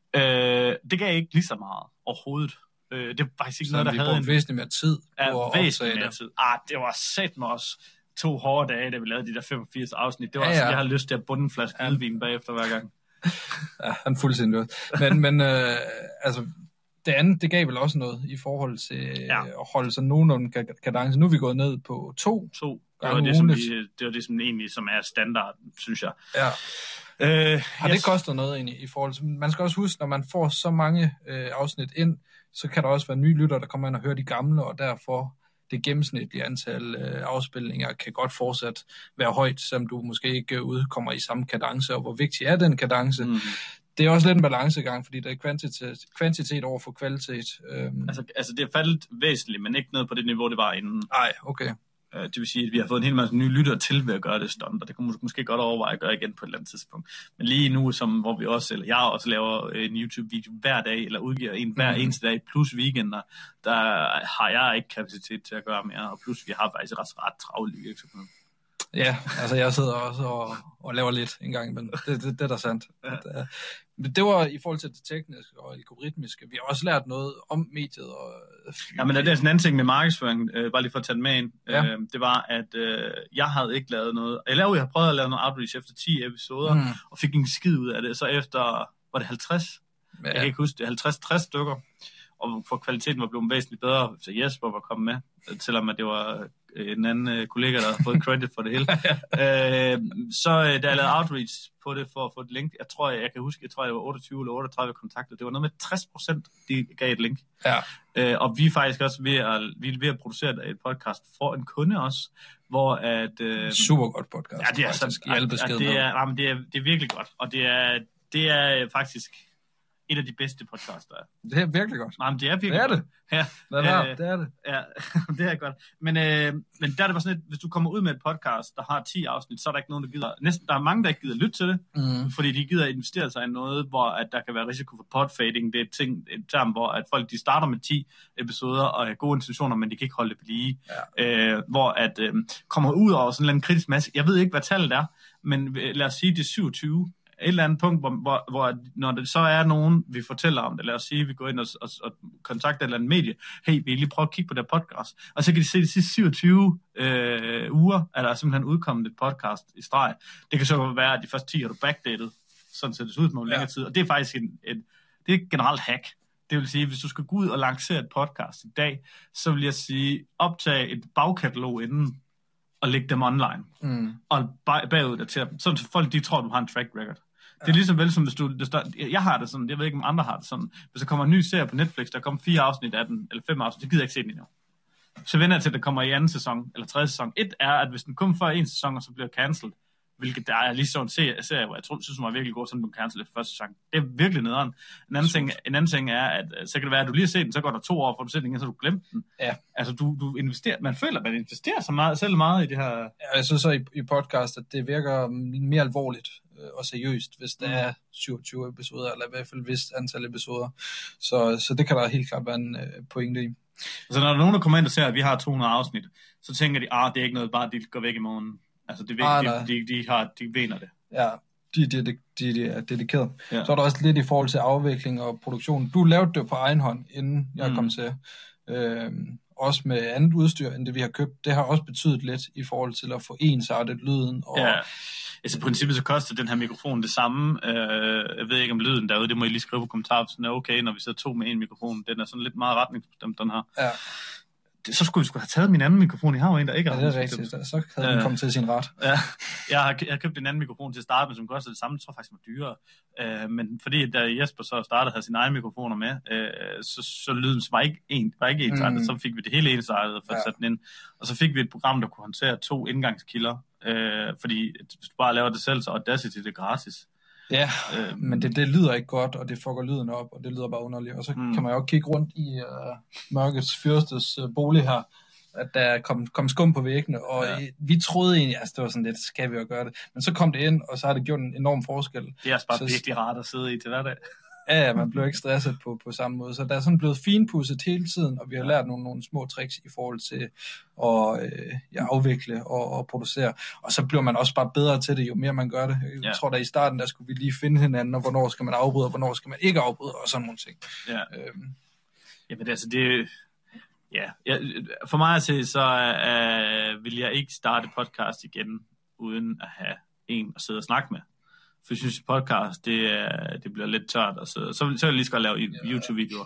Speaker 2: Det gav ikke lige så meget overhovedet. Det var faktisk ikke noget, der havde
Speaker 3: en væsentlig mere tid på at optage det.
Speaker 2: Tid. Det var sæt med os 2 hårde dage, da vi lavede de der 85 afsnit. Det var
Speaker 3: ja.
Speaker 2: Jeg har lyst til at bunde en flaske hvidvin bagefter hver gang.
Speaker 3: Ja, han er fuldstændig ud. Men altså, det andet, det gav vel også noget i forhold til at holde sig nogenlunde kadence. Nu er vi gået ned på 2 gange ugenligt.
Speaker 2: Det var det, som egentlig som er standard, synes jeg.
Speaker 3: Ja. Har det kostet noget egentlig i forhold til... Man skal også huske, når man får så mange afsnit ind, så kan der også være nye lyttere, der kommer ind og hører de gamle, og derfor det gennemsnitlige antal afspilninger kan godt fortsat være højt, selvom du måske ikke udkommer i samme kadence, og hvor vigtig er den kadence. Det er også lidt en balancegang, fordi der er kvantitet over for kvalitet.
Speaker 2: Altså det er faldet væsentligt, men ikke noget på det niveau, det var inden.
Speaker 3: Nej, okay.
Speaker 2: Det vil sige, at vi har fået en hel masse nye lyttere til ved at gøre det stunt, og det kunne måske godt overveje at gøre igen på et eller andet tidspunkt. Men lige nu, hvor vi også, eller jeg også laver en YouTube-video hver dag, eller udgiver en hver eneste dag, plus weekender, der har jeg ikke kapacitet til at gøre mere, og plus vi har faktisk ret travlt i virksomheden.
Speaker 3: Ja, altså jeg sidder også og laver lidt en gang imellem. Det er da sandt. Ja. Det var i forhold til det tekniske og algoritmiske. Vi har også lært noget om mediet.
Speaker 2: Ja, men det er sådan en anden ting med markedsføring, bare lige for at tage den med ind. Ja. Det var, at jeg havde ikke lavet noget. Jeg har prøvet at lave noget outreach efter 10 episoder, og fik en skid ud af det. Så efter, var det 50? Ja. Jeg kan ikke huske det, 50-60 stykker. Og for kvaliteten var blevet væsentligt bedre, så Jesper var kommet med, selvom at det var en anden kollega, der havde fået credit for det hele. Så da jeg lavede outreach på det for at få et link, jeg tror, jeg var 28 eller 38 kontakter. Det var noget med 60%, de gav et link. Ja. Og vi er faktisk også ved at producere et podcast for en kunde også, hvor at...
Speaker 3: super godt podcast.
Speaker 2: Ja, det er faktisk
Speaker 3: i alle beskeder.
Speaker 2: Det er virkelig godt, og det er faktisk et af de bedste podcasts, der er.
Speaker 3: Det er virkelig godt.
Speaker 2: Nej, men det er virkelig
Speaker 3: godt.
Speaker 2: Ja.
Speaker 3: Det er det.
Speaker 2: Ja, det er godt. Men der er det bare sådan, at hvis du kommer ud med et podcast, der har 10 afsnit, så er der ikke nogen, der gider... Der er mange, der ikke gider lytte til det, fordi de gider investere sig i noget, hvor at der kan være risiko for podfading. Det er et term, hvor at folk de starter med 10 episoder og har gode intentioner, men de kan ikke holde det ved lige. Ja. Hvor at kommer ud over sådan en kritisk masse. Jeg ved ikke, hvad tallet er, men lad os sige, det er 27. Et eller andet punkt, hvor når det så er nogen, vi fortæller om det, lad os sige, vi går ind og kontakter et eller andet medie, hey, vi lige prøve at kigge på det podcast, og så kan de se de sidste 27 uger, er der simpelthen udkommet et podcast i streg. Det kan så være, at de første 10 har du backdated, sådan ser det ud med længere tid, og det er faktisk det er et generelt hack. Det vil sige, hvis du skal gå ud og lancere et podcast i dag, så vil jeg sige, optage et bagkatalog inden, og lægge dem online, og bagud til dem, så folk de tror, du har en track record. Det er ligesom vel som hvis jeg har det sådan, jeg ved ikke om andre har det sådan, hvis der kommer en ny serie på Netflix, der kommer 4 afsnit af den, eller 5 afsnit, så gider jeg ikke se den endnu. Så venter jeg til, at der kommer i anden sæson, eller tredje sæson. Et er, at hvis den kommer før en sæson, og så bliver cancelled, hvilket der er lige sådan en serie, hvor jeg synes, den var virkelig god, så den blev cancelled efter første sæson. Det er virkelig nederen. En anden ting er, at så kan det være, at du lige har set den, så går der 2 år, for du ser den igen, så du glemte den. Ja. Altså, du investerer, man føler, at man investerer så meget, selv meget i det her. Ja,
Speaker 3: jeg synes så i podcast, at det virker mere alvorligt og seriøst, hvis der er 27 episoder, eller i hvert fald et vist antal episoder. Så det kan der helt klart være en pointe i.
Speaker 2: Altså, når der er nogen, der kommer ind og ser, at vi har 200 afsnit, så tænker de, det er ikke noget, bare de går væk i morgen. Altså, det er vigtigt, de vener det.
Speaker 3: Ja, de er dedikeret. Ja. Så er der også lidt i forhold til afvikling og produktion. Du lavede det på egen hånd, inden jeg kom til. Også med andet udstyr, end det vi har købt. Det har også betydet lidt i forhold til at få ensartet lyden. Og
Speaker 2: ja, altså i princippet så koster den her mikrofon det samme. Jeg ved ikke om lyden derude, det må I lige skrive på kommentarer, hvis den er okay, når vi sidder 2 med en mikrofon. Den er sådan lidt meget retningsbestemt, den her. Ja. Så skulle vi have taget min anden mikrofon. I har jo en, der ikke
Speaker 3: er. Ja, det er rigtigt. Så havde den kommet til sin ret.
Speaker 2: Ja. Jeg har købt en anden mikrofon til at starte med, som koster det samme. Jeg tror faktisk, det var dyrere. Men fordi da Jesper så startede, havde sine egne mikrofoner med, så lyden var ikke ensartet. Så fik vi det hele ensartet og fået sat den ind. Og så fik vi et program, der kunne håndtere 2 indgangskilder. Fordi hvis du bare laver det selv, så Audacity det er gratis.
Speaker 3: Ja, men det lyder ikke godt, og det fucker lyden op, og det lyder bare underligt. Og så kan man jo kigge rundt i mørkets fyrstes bolig her, at der kom skum på væggene, og vi troede egentlig, det var sådan lidt, skal vi jo gøre det. Men så kom det ind, og så har det gjort en enorm forskel.
Speaker 2: Det er også bare virkelig rart at sidde i til hverdag.
Speaker 3: Ja, man blev ikke stresset på samme måde. Så der er sådan blevet finpudset hele tiden, og vi har lært nogle små tricks i forhold til at afvikle og producere. Og så bliver man også bare bedre til det, jo mere man gør det. Jeg tror, der i starten, der skulle vi lige finde hinanden, og hvornår skal man afbryde, og hvornår skal man ikke afbryde, og sådan nogle ting.
Speaker 2: Ja. Jamen altså, det... Ja, for mig at se, så vil jeg ikke starte podcast igen, uden at have en at sidde og snakke med. For jeg synes, podcast, det bliver lidt tørt. Og så vil jeg lige skal lave YouTube-videoer.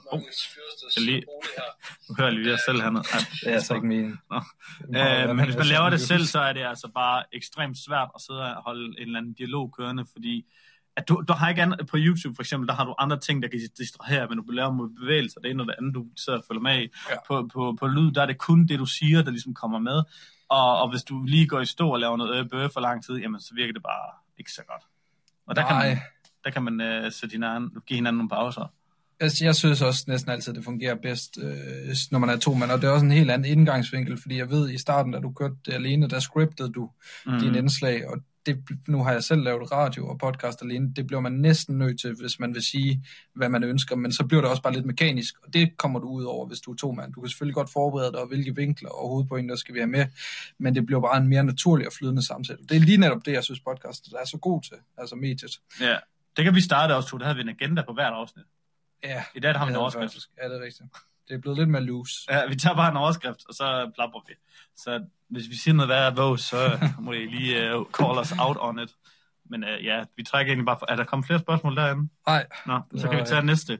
Speaker 2: Nu hører jeg lige selv hernede.
Speaker 3: Det er altså ikke meningen.
Speaker 2: Men hvis man laver det selv, så er det altså bare ekstremt svært at sidde og holde en eller anden dialog kørende, fordi at du har ikke andet, på YouTube for eksempel, der har du andre ting, der kan distrahere, men du laver mod bevægelser, det ene og det andet, du sidder og følger med i. Ja. På lyd, der er det kun det, du siger, der ligesom kommer med. Og hvis du lige går i stå og laver noget for lang tid, jamen så virker det bare ikke så godt. Og der kan man give hinanden nogle pauser.
Speaker 3: Jeg synes også næsten altid, det fungerer bedst, når man er to mand, og det er også en helt anden indgangsvinkel, fordi jeg ved, i starten, da du kørte det alene, der scriptede du dine indslag, og nu har jeg selv lavet radio og podcast alene, det bliver man næsten nødt til, hvis man vil sige, hvad man ønsker, men så bliver det også bare lidt mekanisk, og det kommer du ud over, hvis du er to mand. Du kan selvfølgelig godt forberede dig, og hvilke vinkler og hovedpointer skal vi have med, men det bliver bare en mere naturlig og flydende samtale. Det er lige netop det, jeg synes podcast er så god til, altså mediet.
Speaker 2: Ja, det kan vi starte også, der havde vi en agenda på hvert afsnit.
Speaker 3: Ja,
Speaker 2: i dag har vi en overskrift.
Speaker 3: Ja, det er rigtigt. Det er blevet lidt mere loose.
Speaker 2: Ja, vi tager bare en overskrift, og så plapper vi. Så hvis vi siger noget værd, så må I lige call us out on it. Men vi trækker egentlig bare for... Er der kommet flere spørgsmål derinde?
Speaker 3: Nej.
Speaker 2: Nå, så kan vi tage næste.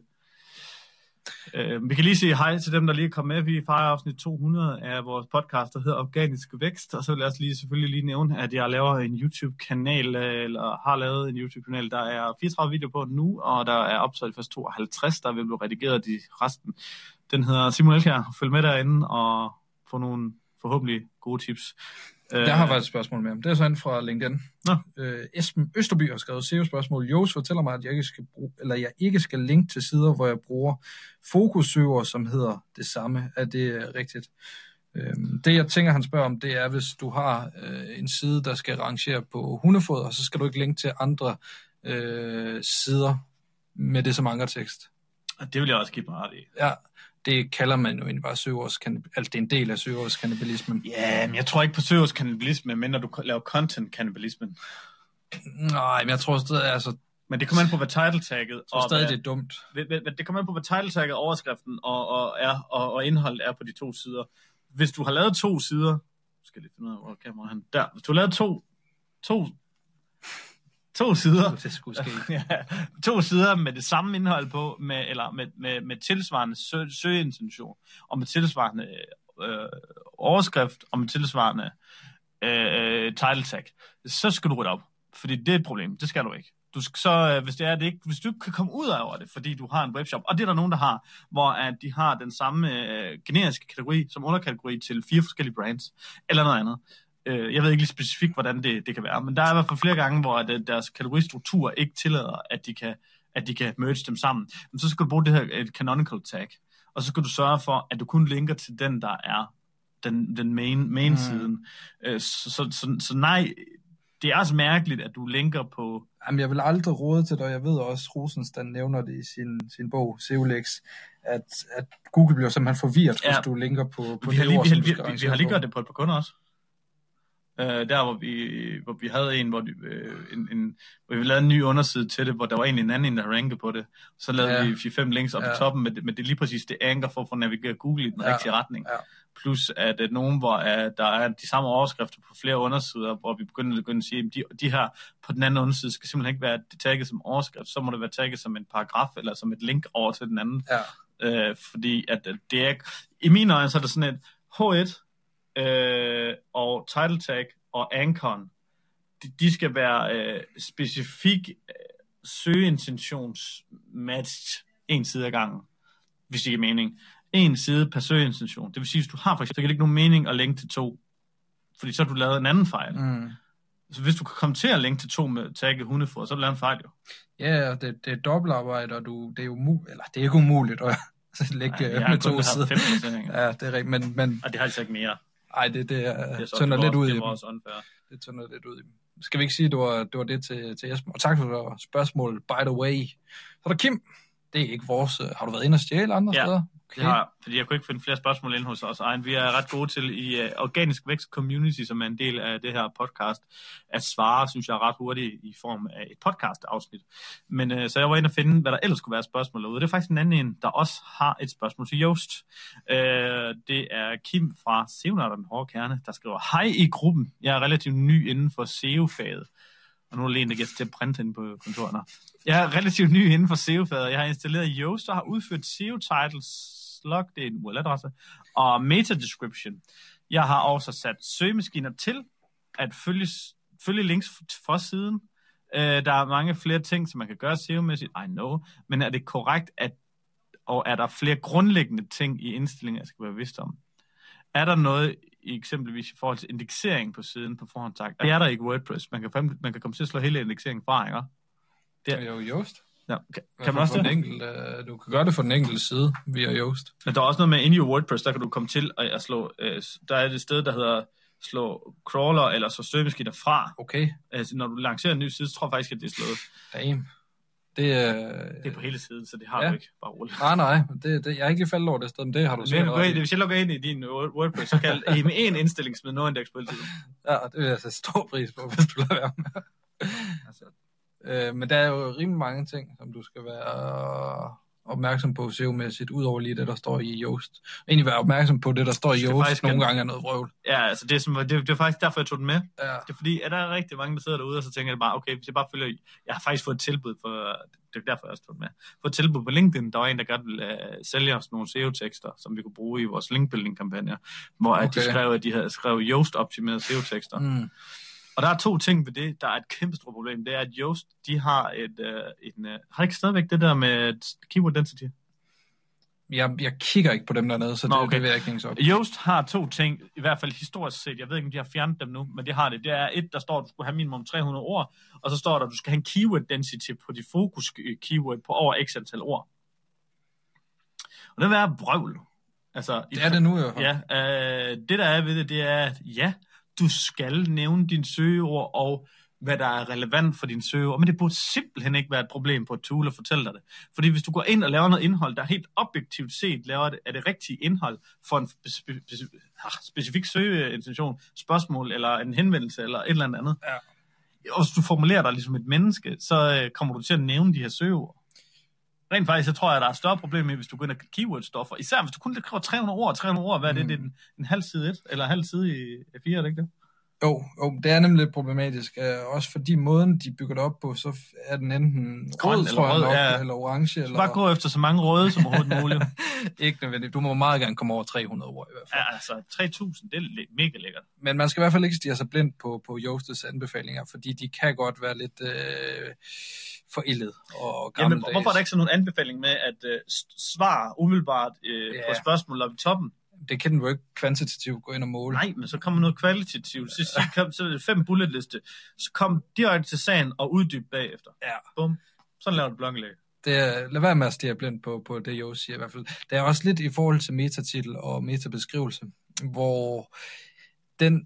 Speaker 2: Vi kan lige sige hej til dem, der lige er kommet med. Vi fejrer afsnit 200 af vores podcast, der hedder Organisk Vækst. Og så vil jeg selvfølgelig lige nævne, at jeg laver en YouTube-kanal, eller har lavet en YouTube-kanal. Der er 34 videoer på nu, og der er optaget først 52, der vil blive redigeret i resten. Den hedder Simon Elkjær. Følg med derinde og få nogle forhåbentlig gode tips.
Speaker 3: Jeg har faktisk et spørgsmål med ham. Det er så en fra LinkedIn. Esben Østerby har skrevet SEO-spørgsmål. Jos fortæller mig, at jeg ikke skal linke til sider, hvor jeg bruger fokussøger, som hedder det samme. Er det rigtigt? Det jeg tænker, han spørger om, det er, hvis du har en side, der skal rangere på hundefoder, så skal du ikke linke til andre sider med det som ankertekst.
Speaker 2: Det vil jeg også give mig ret i.
Speaker 3: Ja. Det kalder man jo egentlig bare altså det er en del af søgeårskannibalismen.
Speaker 2: Ja, men jeg tror ikke på søgeårskannibalisme, men når du laver content-kannibalismen.
Speaker 3: Nej, men jeg tror stadig, altså...
Speaker 2: Men det kommer an på, hvad title-tagget...
Speaker 3: Så stadig det er dumt.
Speaker 2: Det kommer an på, hvad title-tagget, overskriften og indholdet er på de to sider. Hvis du har lavet 2 sider... Skal jeg lige finde ud af, hvor kameraet han... Der. Hvis du har lavet to sider.
Speaker 3: Det skulle ske.
Speaker 2: Ja, 2 sider med det samme indhold på, med tilsvarende søgeintention, og med tilsvarende overskrift, og med tilsvarende title tag, så skal du rydde op. Fordi det er et problem. Det skal du ikke. Hvis du ikke kan komme ud over det, fordi du har en webshop, og det er der nogen, der har, hvor at de har den samme generiske kategori som underkategori til 4 forskellige brands, eller noget andet. Jeg ved ikke lige specifikt, hvordan det kan være, men der er i hvert fald flere gange, hvor deres kategoristruktur ikke tillader, at de kan merge dem sammen. Men så skal du bruge det her et canonical tag, og så skal du sørge for, at du kun linker til den, der er den main-siden. Så nej, det er også mærkeligt, at du linker på...
Speaker 3: Jamen, jeg vil aldrig råde til det, og jeg ved også, Rosenstand nævner det i sin bog, SEOlex, at Google bliver simpelthen forvirret, hvis du linker på det ord, som du skal
Speaker 2: vi har lige gjort det på et par kunder også. Der hvor vi havde en, hvor vi lavede en ny underside til det, hvor der var egentlig en anden, der rankede på det. Så lavede vi 4-5 links op i toppen, men det er lige præcis det anker for at navigere Google i den rigtige retning. Ja. Plus at nogen, hvor der er de samme overskrifter på flere undersider, hvor vi begynder at sige, at de her på den anden underside skal simpelthen ikke være tagget som overskrift, så må det være tagget som en paragraf eller som et link over til den anden. Ja. Fordi at det er, i mine øjne, så er det sådan et H1 og title tag og ankeren, de skal være specifik søgeintentionsmatched en side ad gangen, hvis det giver mening. En side per søgeintention. Det vil sige, hvis du har for eksempel, så kan det ikke nogen mening at linke til 2, fordi så har du lavet en anden fejl. Så hvis du kan komme til at linke til 2 med tagget hundefoder, så har du lavet en fejl jo.
Speaker 3: Ja, det er dobbeltarbejde, og det er jo det er ikke umuligt at lægge med 2 sider. Ja, det er rigtigt, men...
Speaker 2: Og det har altså ikke mere.
Speaker 3: Nej, det tønder lidt ud i dem.
Speaker 2: Det
Speaker 3: tønder lidt ud i dem. Skal vi ikke sige, at det var det til Esben? Og tak for spørgsmålet, by the way. Så er der Kim. Det er ikke vores... Har du været inde og stjæle andre steder?
Speaker 2: Okay. Ja, fordi jeg kunne ikke finde flere spørgsmål ind hos os egen. Vi er ret gode til i Organisk Vækst Community, som er en del af det her podcast, at svare, synes jeg, ret hurtigt i form af et podcast-afsnit. Men så jeg var inde og finde, hvad der ellers kunne være spørgsmål derude. Det er faktisk en anden en, der også har et spørgsmål til Joost. Det er Kim fra SEO-nørden den hårde kerne, der skriver: Hej i gruppen, jeg er relativt ny inden for SEO-faget. Og nu er det en, der giver sig til at printe inde på kontorerne. Jeg er relativt ny inden for SEO-faget. Jeg har installeret Yoast og har udført SEO-titles, slug, det er en URL-adresse, og meta-description. Jeg har også sat søgemaskiner til at følge links for siden. Der er mange flere ting, som man kan gøre SEO-mæssigt, I know, men er det korrekt, og er der flere grundlæggende ting i indstillingen, jeg skal være bevidst om? Er der noget eksempelvis i forhold til indeksering på siden på forhånd sagt? Det er der ikke WordPress. Man kan komme til at slå hele indekseringen fra, ikke?
Speaker 3: Det er jo Yoast.
Speaker 2: Ja, kan man også
Speaker 3: det? Du kan gøre det for den enkelte side via Yoast.
Speaker 2: Men der er også noget med inde i WordPress, der kan du komme til at slå, der er et sted, der hedder slå crawler eller så søgemaskiner fra.
Speaker 3: Okay.
Speaker 2: Altså, når du lancerer en ny side, så tror jeg faktisk, at det er slået.
Speaker 3: Damn. Det
Speaker 2: er på hele siden, så det har du ikke. Bare roligt.
Speaker 3: Nej. Jeg har ikke lige faldet over det sted, men det har du sikkert.
Speaker 2: Hvis jeg logger ind i din WordPress, så kan jeg med én indstilling smide NoIndex på hele tiden.
Speaker 3: Ja, det vil jeg sætte stor pris på, hvis du lader være med. Altså. Men der er jo rimelig mange ting, som du skal være opmærksom på SEO-mæssigt, udover lige det, der står i Yoast. Egentlig være opmærksom på det, der står i Yoast, nogle gange er noget vrøvl.
Speaker 2: Ja, altså det er faktisk derfor, jeg tog den med. Ja. Det er fordi, at der er rigtig mange, der sidder derude, og så tænker jeg bare, okay, hvis jeg bare følger... Jeg har faktisk fået et tilbud for... Det er derfor, jeg også tog den med. Fået et tilbud på LinkedIn. Der var en, der gerne ville sælge os nogle SEO-tekster, som vi kunne bruge i vores linkbuilding-kampagne, hvor at de skrev, at de havde skrevet Yoast-optimerede SEO-tekster. Mm. Og der er to ting ved det, der er et kæmpe stort problem. Det er, at Yoast, de har har ikke stadigvæk det der med keyword density?
Speaker 3: Jeg kigger ikke på dem dernede, så det vil jeg ikke hænge så op.
Speaker 2: Yoast har to ting, i hvert fald historisk set. Jeg ved ikke, om de har fjernet dem nu, men det har det. Det er et, der står, at du skulle have minimum 300 ord, og så står der, at du skal have en keyword density på de fokus keyword på over x antal ord. Og det vil være vrøvl. Altså,
Speaker 3: det er det nu jo.
Speaker 2: Ja, det der er ved det er, at ja, du skal nævne dine søgeord og hvad der er relevant for dine søgeord, men det burde simpelthen ikke være et problem på et tool at fortælle dig det. Fordi hvis du går ind og laver noget indhold, der helt objektivt set laver det, er det rigtige indhold for en specifik søgeintention, spørgsmål eller en henvendelse eller et eller andet. Ja. Og hvis du formulerer dig ligesom et menneske, så kommer du til at nævne de her søgeord. Rent faktisk, så tror jeg, at der er større problem med, hvis du går ind og keyword-stoffer. Især hvis du kun skriver 300 ord, hvad er det? Det er en halv side 1, eller en halv side i A4, er det ikke det?
Speaker 3: Jo, det er nemlig lidt problematisk. Også fordi måden, de bygger det op på, så er den enten rød, eller orange.
Speaker 2: Så bare gå efter så mange røde som overhovedet muligt.
Speaker 3: Ikke nødvendigt. Du må meget gerne komme over 300 ord i hvert fald.
Speaker 2: Ja, altså 3.000, det er mega lækkert.
Speaker 3: Men man skal i hvert fald ikke stige sig blind på Yoastes anbefalinger, fordi de kan godt være lidt forældet og gammeldags.
Speaker 2: Jamen, hvorfor er der ikke så nogen anbefaling med at svare umiddelbart på spørgsmål oppe i toppen?
Speaker 3: Det kan den jo ikke kvantitativt gå ind og måle.
Speaker 2: Nej, men så kommer noget kvalitativt. Så er det 5 bulletliste. Så kom direkte til sagen og uddyb bagefter. Ja. Bum. Sådan laver du blogindlæg.
Speaker 3: Lad være med at stige blind på det, Yoast siger i hvert fald. Der er også lidt i forhold til metatitel og metabeskrivelse, hvor den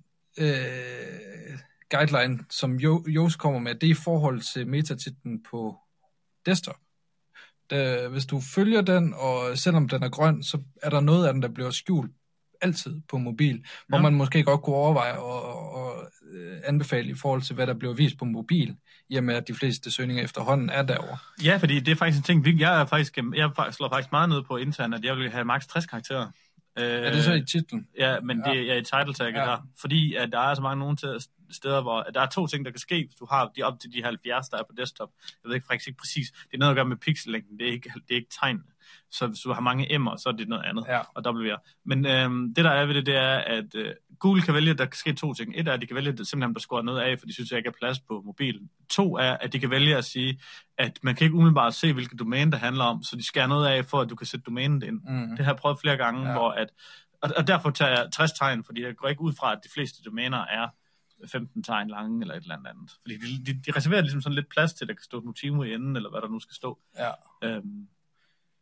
Speaker 3: guideline, som Yoast kommer med, det er i forhold til metatitlen på desktop. Hvis du følger den, og selvom den er grøn, så er der noget af den, der bliver skjult altid på mobil, hvor man måske godt kunne overveje og anbefale i forhold til, hvad der bliver vist på mobil, i og med at de fleste søgninger efterhånden er derovre.
Speaker 2: Ja, fordi det er faktisk en ting, jeg slår faktisk meget ned på internt, at jeg vil have maks 60 karakterer.
Speaker 3: Er det så i titlen?
Speaker 2: Ja, men det er i title tagget der. Fordi at der er så mange nogle steder, hvor der er to ting, der kan ske, hvis du har de op til de 70, der er på desktop. Jeg ved faktisk ikke præcis. Det er noget at gøre med pixellængden. Det er ikke tegn. Så hvis du har mange M'er, så er det noget andet. Ja. Og W'er. Men det der er ved det er, at Google kan vælge, at der kan ske to ting. Et er, at de kan vælge, at simpelthen der scorer noget af, for de synes, at der ikke er plads på mobilen. To er, at de kan vælge at sige, at man kan ikke umiddelbart se, hvilket domæne det handler om, så de skærer noget af, for at du kan sætte domænet ind. Mm. Det har jeg prøvet flere gange, hvor at... Og derfor tager jeg 60 tegn, fordi jeg går ikke ud fra, at de fleste domæner er 15 tegn lange, eller et eller andet. Fordi de reserverer ligesom sådan lidt plads til, at der kan stå Notimo i enden, eller hvad der nu skal stå. Ja.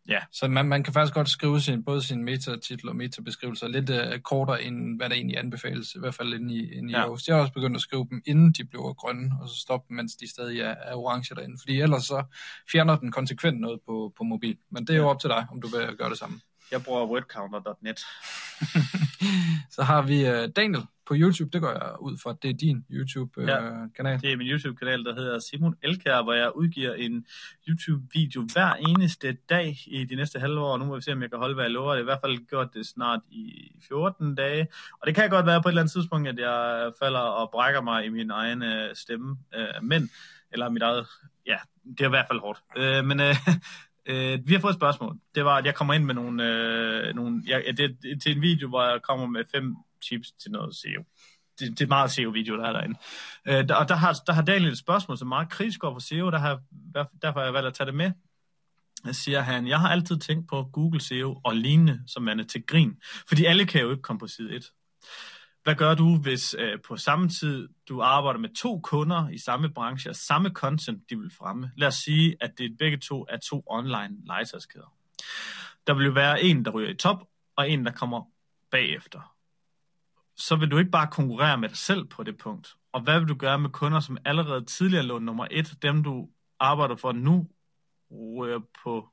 Speaker 2: Ja.
Speaker 3: Så man kan faktisk godt skrive både sin metatitel og metabeskrivelser lidt kortere, end hvad der egentlig anbefales, i hvert fald inde i Yoast. Jeg har også begyndt at skrive dem, inden de bliver grønne, og så stoppe dem, mens de stadig er orange derinde. Fordi ellers så fjerner den konsekvent noget på mobil. Men det er jo op til dig, om du vil gøre det samme.
Speaker 2: Jeg bruger wordcounter.net.
Speaker 3: Så har vi Daniel på YouTube. Det går jeg ud fra, det er din YouTube-kanal.
Speaker 2: Det er min YouTube-kanal, der hedder Simon Elkjær, hvor jeg udgiver en YouTube-video hver eneste dag i de næste halve år. Nu må vi se, om jeg kan holde, hvad jeg lover. Jeg har i hvert fald gjort det snart i 14 dage. Og det kan godt være på et eller andet tidspunkt, at jeg falder og brækker mig i min egen stemme. Eller mit eget... Ja, det er i hvert fald hårdt. Vi har fået et spørgsmål. Det var, at jeg kommer ind med det til en video, hvor jeg kommer med 5 tips til noget SEO. Det er meget SEO-video, der er derinde. Og der har Daniel et spørgsmål, som er meget kritisk over for SEO. Derfor har jeg valgt at tage det med. Siger han, jeg har altid tænkt på Google SEO og lignende, som er til grin. Fordi alle kan jo ikke komme på side 1. Hvad gør du, hvis på samme tid du arbejder med 2 kunder i samme branche og samme content, de vil fremme? Lad os sige, at det begge to er 2 online legetøjskæder. Der vil jo være en, der ryger i top, og en, der kommer bagefter. Så vil du ikke bare konkurrere med dig selv på det punkt. Og hvad vil du gøre med kunder, som allerede tidligere lå nummer 1, dem du arbejder for nu, ryger på...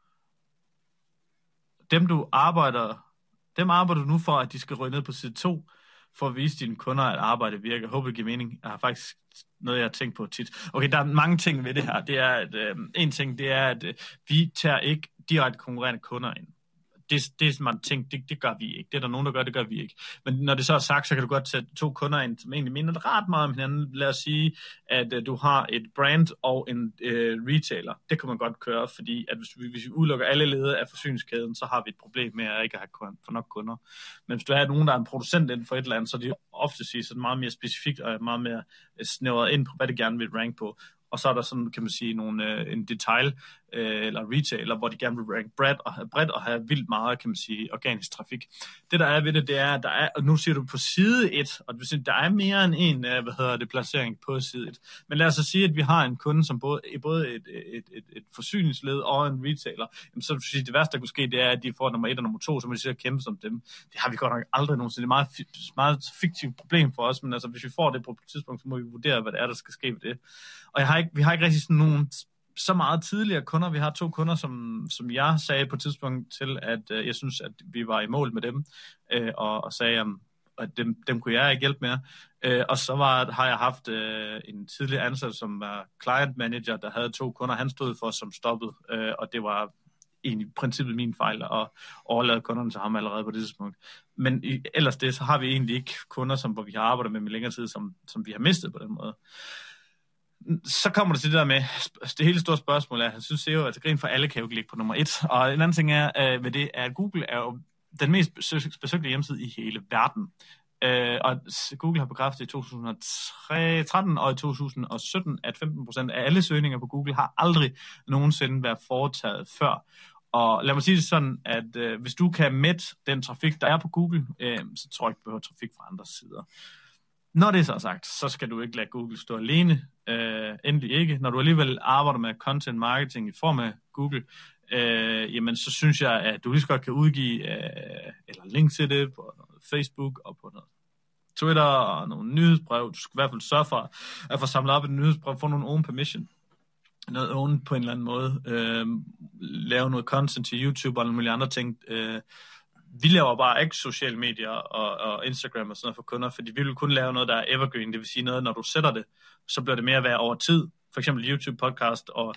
Speaker 2: Dem arbejder du nu for, at de skal ryge ned på side 2, for at vise dine kunder, at arbejdet virker. Jeg håber, det giver mening. Jeg har faktisk noget, jeg har tænkt på tit. Okay, der er mange ting ved det her. Det er, at en ting, det er, at vi tager ikke direkte konkurrerende kunder ind. Det man tænker, det gør vi ikke. Det er der nogen, der gør, det gør vi ikke. Men når det så er sagt, så kan du godt tage 2 kunder ind, som egentlig minder ret meget om hinanden. Lad os sige, at du har et brand og en retailer. Det kan man godt køre, fordi at hvis vi udelukker alle ledere af forsyningskæden, så har vi et problem med at ikke have for nok kunder. Men hvis du er nogen, der er en producent inden for et eller andet, så er det ofte sådan meget mere specifikt og meget mere snævret ind på, hvad det gerne vil rank på. Og så er der sådan, kan man sige, en detail eller retailer, hvor de gerne vil rank bredt og have vildt meget, kan man sige, organisk trafik. Det der er ved det, det er, at der er, og nu siger du på side 1, og det vil sige, der er mere end en, placering på side 1. Men lad os så sige, at vi har en kunde, som både et forsyningsled og en retailer. Jamen, så vil sige, det værste, der kunne ske, det er, at de får nummer 1 og nummer 2, så må de sige at kæmpe som dem. Det har vi godt nok aldrig nogensinde. Det er et meget fiktivt problem for os, men altså, hvis vi får det på et tidspunkt, så må vi vurdere, hvad det er, der skal ske ved det. Og vi har ikke rigtig sådan nogen så meget tidligere kunder. Vi har 2 kunder, som jeg sagde på et tidspunkt til, at jeg synes, at vi var i mål med dem, og sagde, at dem kunne jeg ikke hjælpe med. Og så har jeg haft en tidligere ansat, som var client manager, der havde 2 kunder, han stod for, som stoppede, og det var egentlig i princippet min fejl, og overlade kunderne til ham allerede på det tidspunkt. Men ellers det, så har vi egentlig ikke kunder, hvor vi har arbejdet med længere tid, som vi har mistet på den måde. Så kommer det til det der med, det hele store spørgsmål er, at han synes SEO, at grin for alle kan jo ikke ligge på nummer 1. Og en anden ting er ved det, at Google er jo den mest besøgte hjemmeside i hele verden. Og Google har bekræftet i 2013 og i 2017, at 15% af alle søgninger på Google har aldrig nogensinde været foretaget før. Og lad mig sige det sådan, at hvis du kan mætte den trafik, der er på Google, så tror jeg ikke, du behøver trafik fra andre sider. Når det er så sagt, så skal du ikke lade Google stå alene. Endelig ikke. Når du alligevel arbejder med content marketing i form af Google, jamen så synes jeg, at du lige så godt kan udgive eller link til det på noget Facebook og på noget Twitter og nogle nyhedsbrev. Du skal i hvert fald sørge for at få samlet op et nyhedsbrev, få nogle own permission. Noget own på en eller anden måde. Lave noget content til YouTube og alle mulige andre ting. Vi laver bare ikke sociale medier og Instagram og sådan noget for kunder, fordi vi vil kun lave noget, der er evergreen. Det vil sige noget, når du sætter det, så bliver det mere værd over tid. For eksempel YouTube podcast og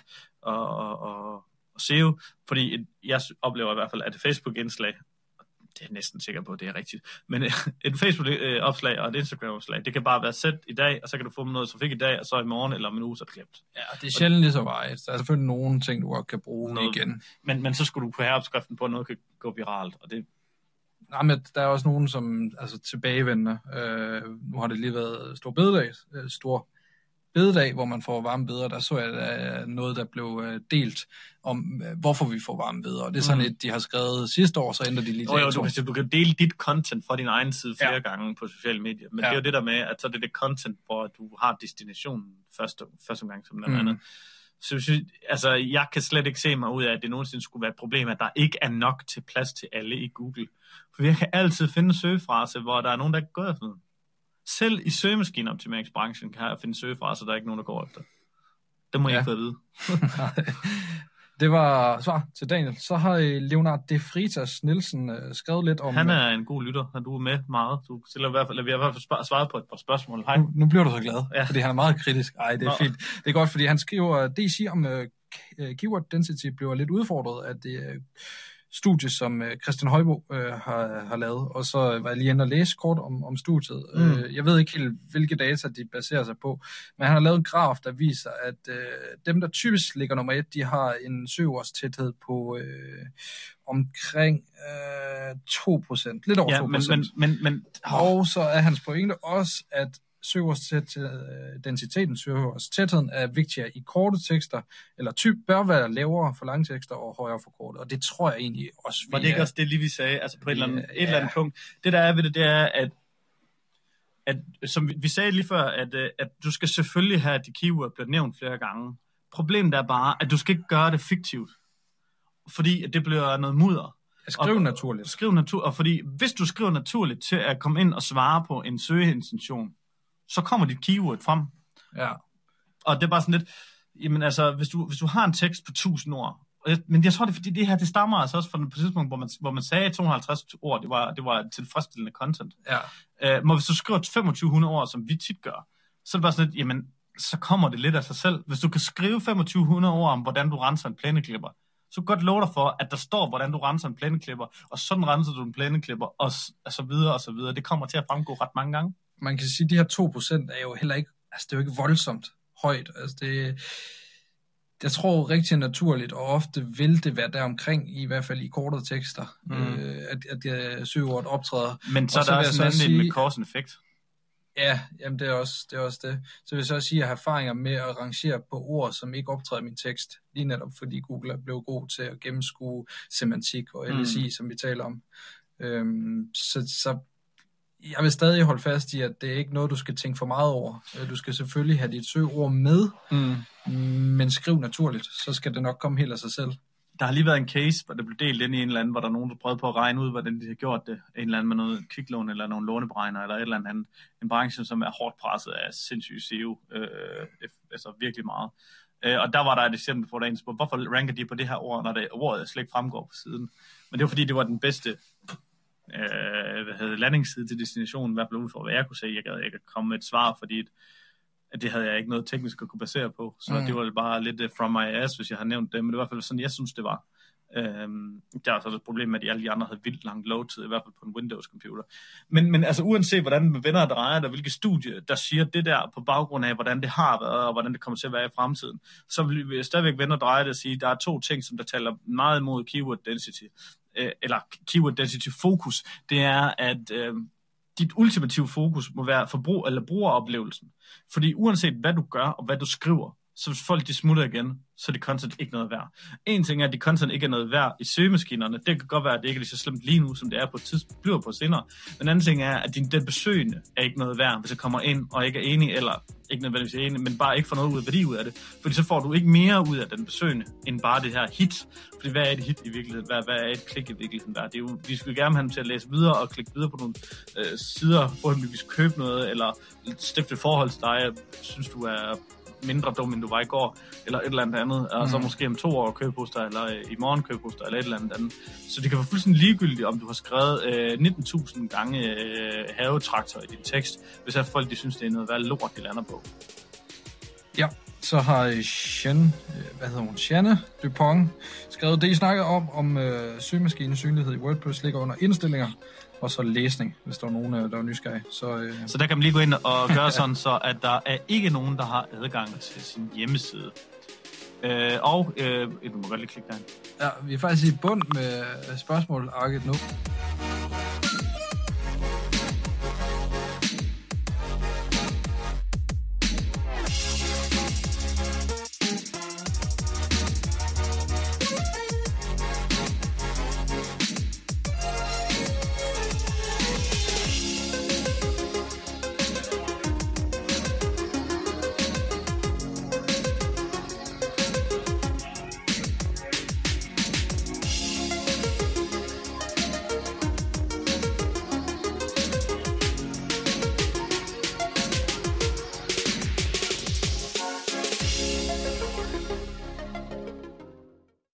Speaker 2: SEO, fordi jeg oplever i hvert fald, at et Facebook-indslag, det er jeg næsten sikker på, at det er rigtigt, men et Facebook-opslag og et Instagram-opslag, det kan bare være sæt i dag, og så kan du få noget trafik i dag, og så i morgen eller om en uge, så er det glemt.
Speaker 3: Ja, det er sjældent lige så vejet. Der er selvfølgelig nogle ting, du godt kan bruge noget, igen.
Speaker 2: Men så skulle du kunne have opskriften på, at noget kan gå viralt, og det...
Speaker 3: Nej, men der er også nogen, som tilbagevender. Nu har det lige været stor bededag, hvor man får varme beder. Der så jeg noget, der blev delt om, hvorfor vi får varme beder. Og det er sådan et, de har skrevet sidste år, så ændrer de lige
Speaker 2: det. Du kan dele dit content fra din egen side flere gange på sociale medier. Men det er jo det der med, at så er det content, hvor du har destinationen første gang som den anden. Så altså, jeg kan slet ikke se mig ud af, at det nogensinde skulle være et problem, at der ikke er nok til plads til alle i Google. For jeg kan altid finde en søgefrase, hvor der er nogen, der ikke går efter den. Selv i søgemaskineoptimeringsbranchen kan jeg finde søgefraser, der er ikke nogen, der går efter. Det må jeg ikke få at vide.
Speaker 3: Det var svar til Daniel. Så har Leonard de Fritas Nielsen skrevet lidt om...
Speaker 2: Han er en god lytter, og du er med meget. Du stiller i hvert fald, vi har i hvert fald svaret på et par spørgsmål. Hej.
Speaker 3: Nu bliver du så glad, fordi han er meget kritisk. Ej, det er fint. Det er godt, fordi han skriver, DC om keyword density bliver lidt udfordret af det studie, som Christian Højbo har lavet. Og så var jeg lige inde og læse kort om studiet. Jeg ved ikke helt, hvilke data de baserer sig på, men han har lavet en graf, der viser, at dem, der typisk ligger nummer 1, de har en søgeordstæthed på omkring 2%. Lidt over 2%.
Speaker 2: Men
Speaker 3: og så er hans pointe også, at søgeordstætheden er vigtigere i korte tekster, eller bør være lavere for lange tekster og højere for korte, og det tror jeg egentlig også...
Speaker 2: Var det ikke også det, lige vi sagde, altså på et eller andet punkt? Det der er ved det er, at som vi sagde lige før, at du skal selvfølgelig have, at de keyword bliver nævnt flere gange. Problemet er bare, at du skal ikke gøre det fiktivt, fordi at det bliver noget mudder.
Speaker 3: Skriv naturligt.
Speaker 2: Og fordi hvis du skriver naturligt til at komme ind og svare på en søgeintention, så kommer dit keyword frem.
Speaker 3: Ja. Og
Speaker 2: det er bare sådan lidt, jamen altså, hvis du har en tekst på 1000 ord, men jeg tror det er fordi det her, det stammer altså også fra et tidspunkt, hvor man sagde 250 ord, det var tilfredsstillende content.
Speaker 3: Ja.
Speaker 2: Men hvis du skriver 2500 ord, som vi tit gør, så er det bare sådan lidt, jamen, så kommer det lidt af sig selv. Hvis du kan skrive 2500 ord om, hvordan du renser en plæneklipper, så godt love dig for, at der står, hvordan du renser en plæneklipper, og sådan renser du en plæneklipper, og så videre, og så videre. Det kommer til at fremgå ret mange gange.
Speaker 3: Man kan sige, at de her 2% er jo heller ikke, altså det er jo ikke voldsomt højt. Altså jeg tror rigtig naturligt, og ofte vil det være deromkring, i hvert fald i kortere tekster, at søgeordet optræder.
Speaker 2: Men så er der også sådan med cause and effect.
Speaker 3: Ja, jamen det er også det. Så vil jeg så også sige, at jeg har erfaringer med at rangere på ord, som ikke optræder i min tekst, lige netop fordi Google er blevet god til at gennemskue semantik og LSI, som vi taler om. Så jeg vil stadig holde fast i, at det er ikke noget, du skal tænke for meget over. Du skal selvfølgelig have dit søgeord med, men skriv naturligt, så skal det nok komme helt af sig selv.
Speaker 2: Der har lige været en case, hvor det blev delt ind i en eller anden, hvor der er nogen, der prøvede på at regne ud, hvordan de har gjort det. En eller anden med noget kviklån, eller nogle låneberegner, eller et eller andet. En branche, som er hårdt presset af sindssygt SEO, altså virkelig meget. Og der var der et eksempel på, der en spurgte, hvorfor ranker de på det her ord, når det ordet slet ikke fremgår på siden. Men det var fordi, det var den bedste landingsside til destinationen, i hvert fald ud for, hvad jeg kunne se. Jeg gad ikke komme med et svar, fordi at det havde jeg ikke noget teknisk at kunne basere på. Så det var bare lidt from my ass, hvis jeg har nævnt det. Men det var i hvert fald sådan, jeg synes, det var. Der er så et problem med, at alle de andre havde vildt lang load-tid, i hvert fald på en Windows-computer. Men altså uanset, hvordan man vender og drejer der, hvilke studie, der siger det der på baggrund af, hvordan det har været, og hvordan det kommer til at være i fremtiden, så vil vi stadigvæk vende og dreje det og sige, at der er to ting, som der taler meget imod keyword density, eller keyword density fokus. Det er, at dit ultimative fokus må være forbrug eller brugeroplevelsen. Fordi uanset hvad du gør og hvad du skriver, så hvis folk de smutter igen, så er det content ikke noget værd. En ting er, at det content ikke er noget værd i søgemaskinerne. Det kan godt være, at det ikke er lige så slemt lige nu, som det er på et tidspunkt, bliver på senere. Men anden ting er, at den besøgende er ikke noget værd, hvis jeg kommer ind og ikke er enig, eller ikke nødvendigvis enig, men bare ikke får noget værdi ud af det. Fordi så får du ikke mere ud af den besøgende, end bare det her hit. Fordi hvad er et hit i virkeligheden? Hvad er et klik i virkeligheden? Det er jo, vi skulle gerne have dem til at læse videre og klikke videre på nogle sider, forhåbentlig vi skal købe noget, eller stifte et forhold til dig, synes du er mindre dum, end du var i går, eller et eller andet, og så måske om 2 år købe hos dig, eller i morgen købe hos dig, eller et eller andet. Så det kan være fuldstændig ligegyldigt, om du har skrevet 19.000 gange havetraktor i din tekst, hvis folk de synes, det er noget værd lort, de lander på.
Speaker 3: Ja, så har Jeanne Dupont skrevet det, I snakkede om søgemaskine synlighed i WordPress, ligger under indstillinger, og så læsning, hvis der er nogen, der er nysgerrige.
Speaker 2: Så der kan man lige gå ind og gøre sådan, så at der er ikke nogen, der har adgang til sin hjemmeside. Du må godt lige klikke derhen.
Speaker 3: Ja, vi er faktisk i bund med spørgsmålarket nu.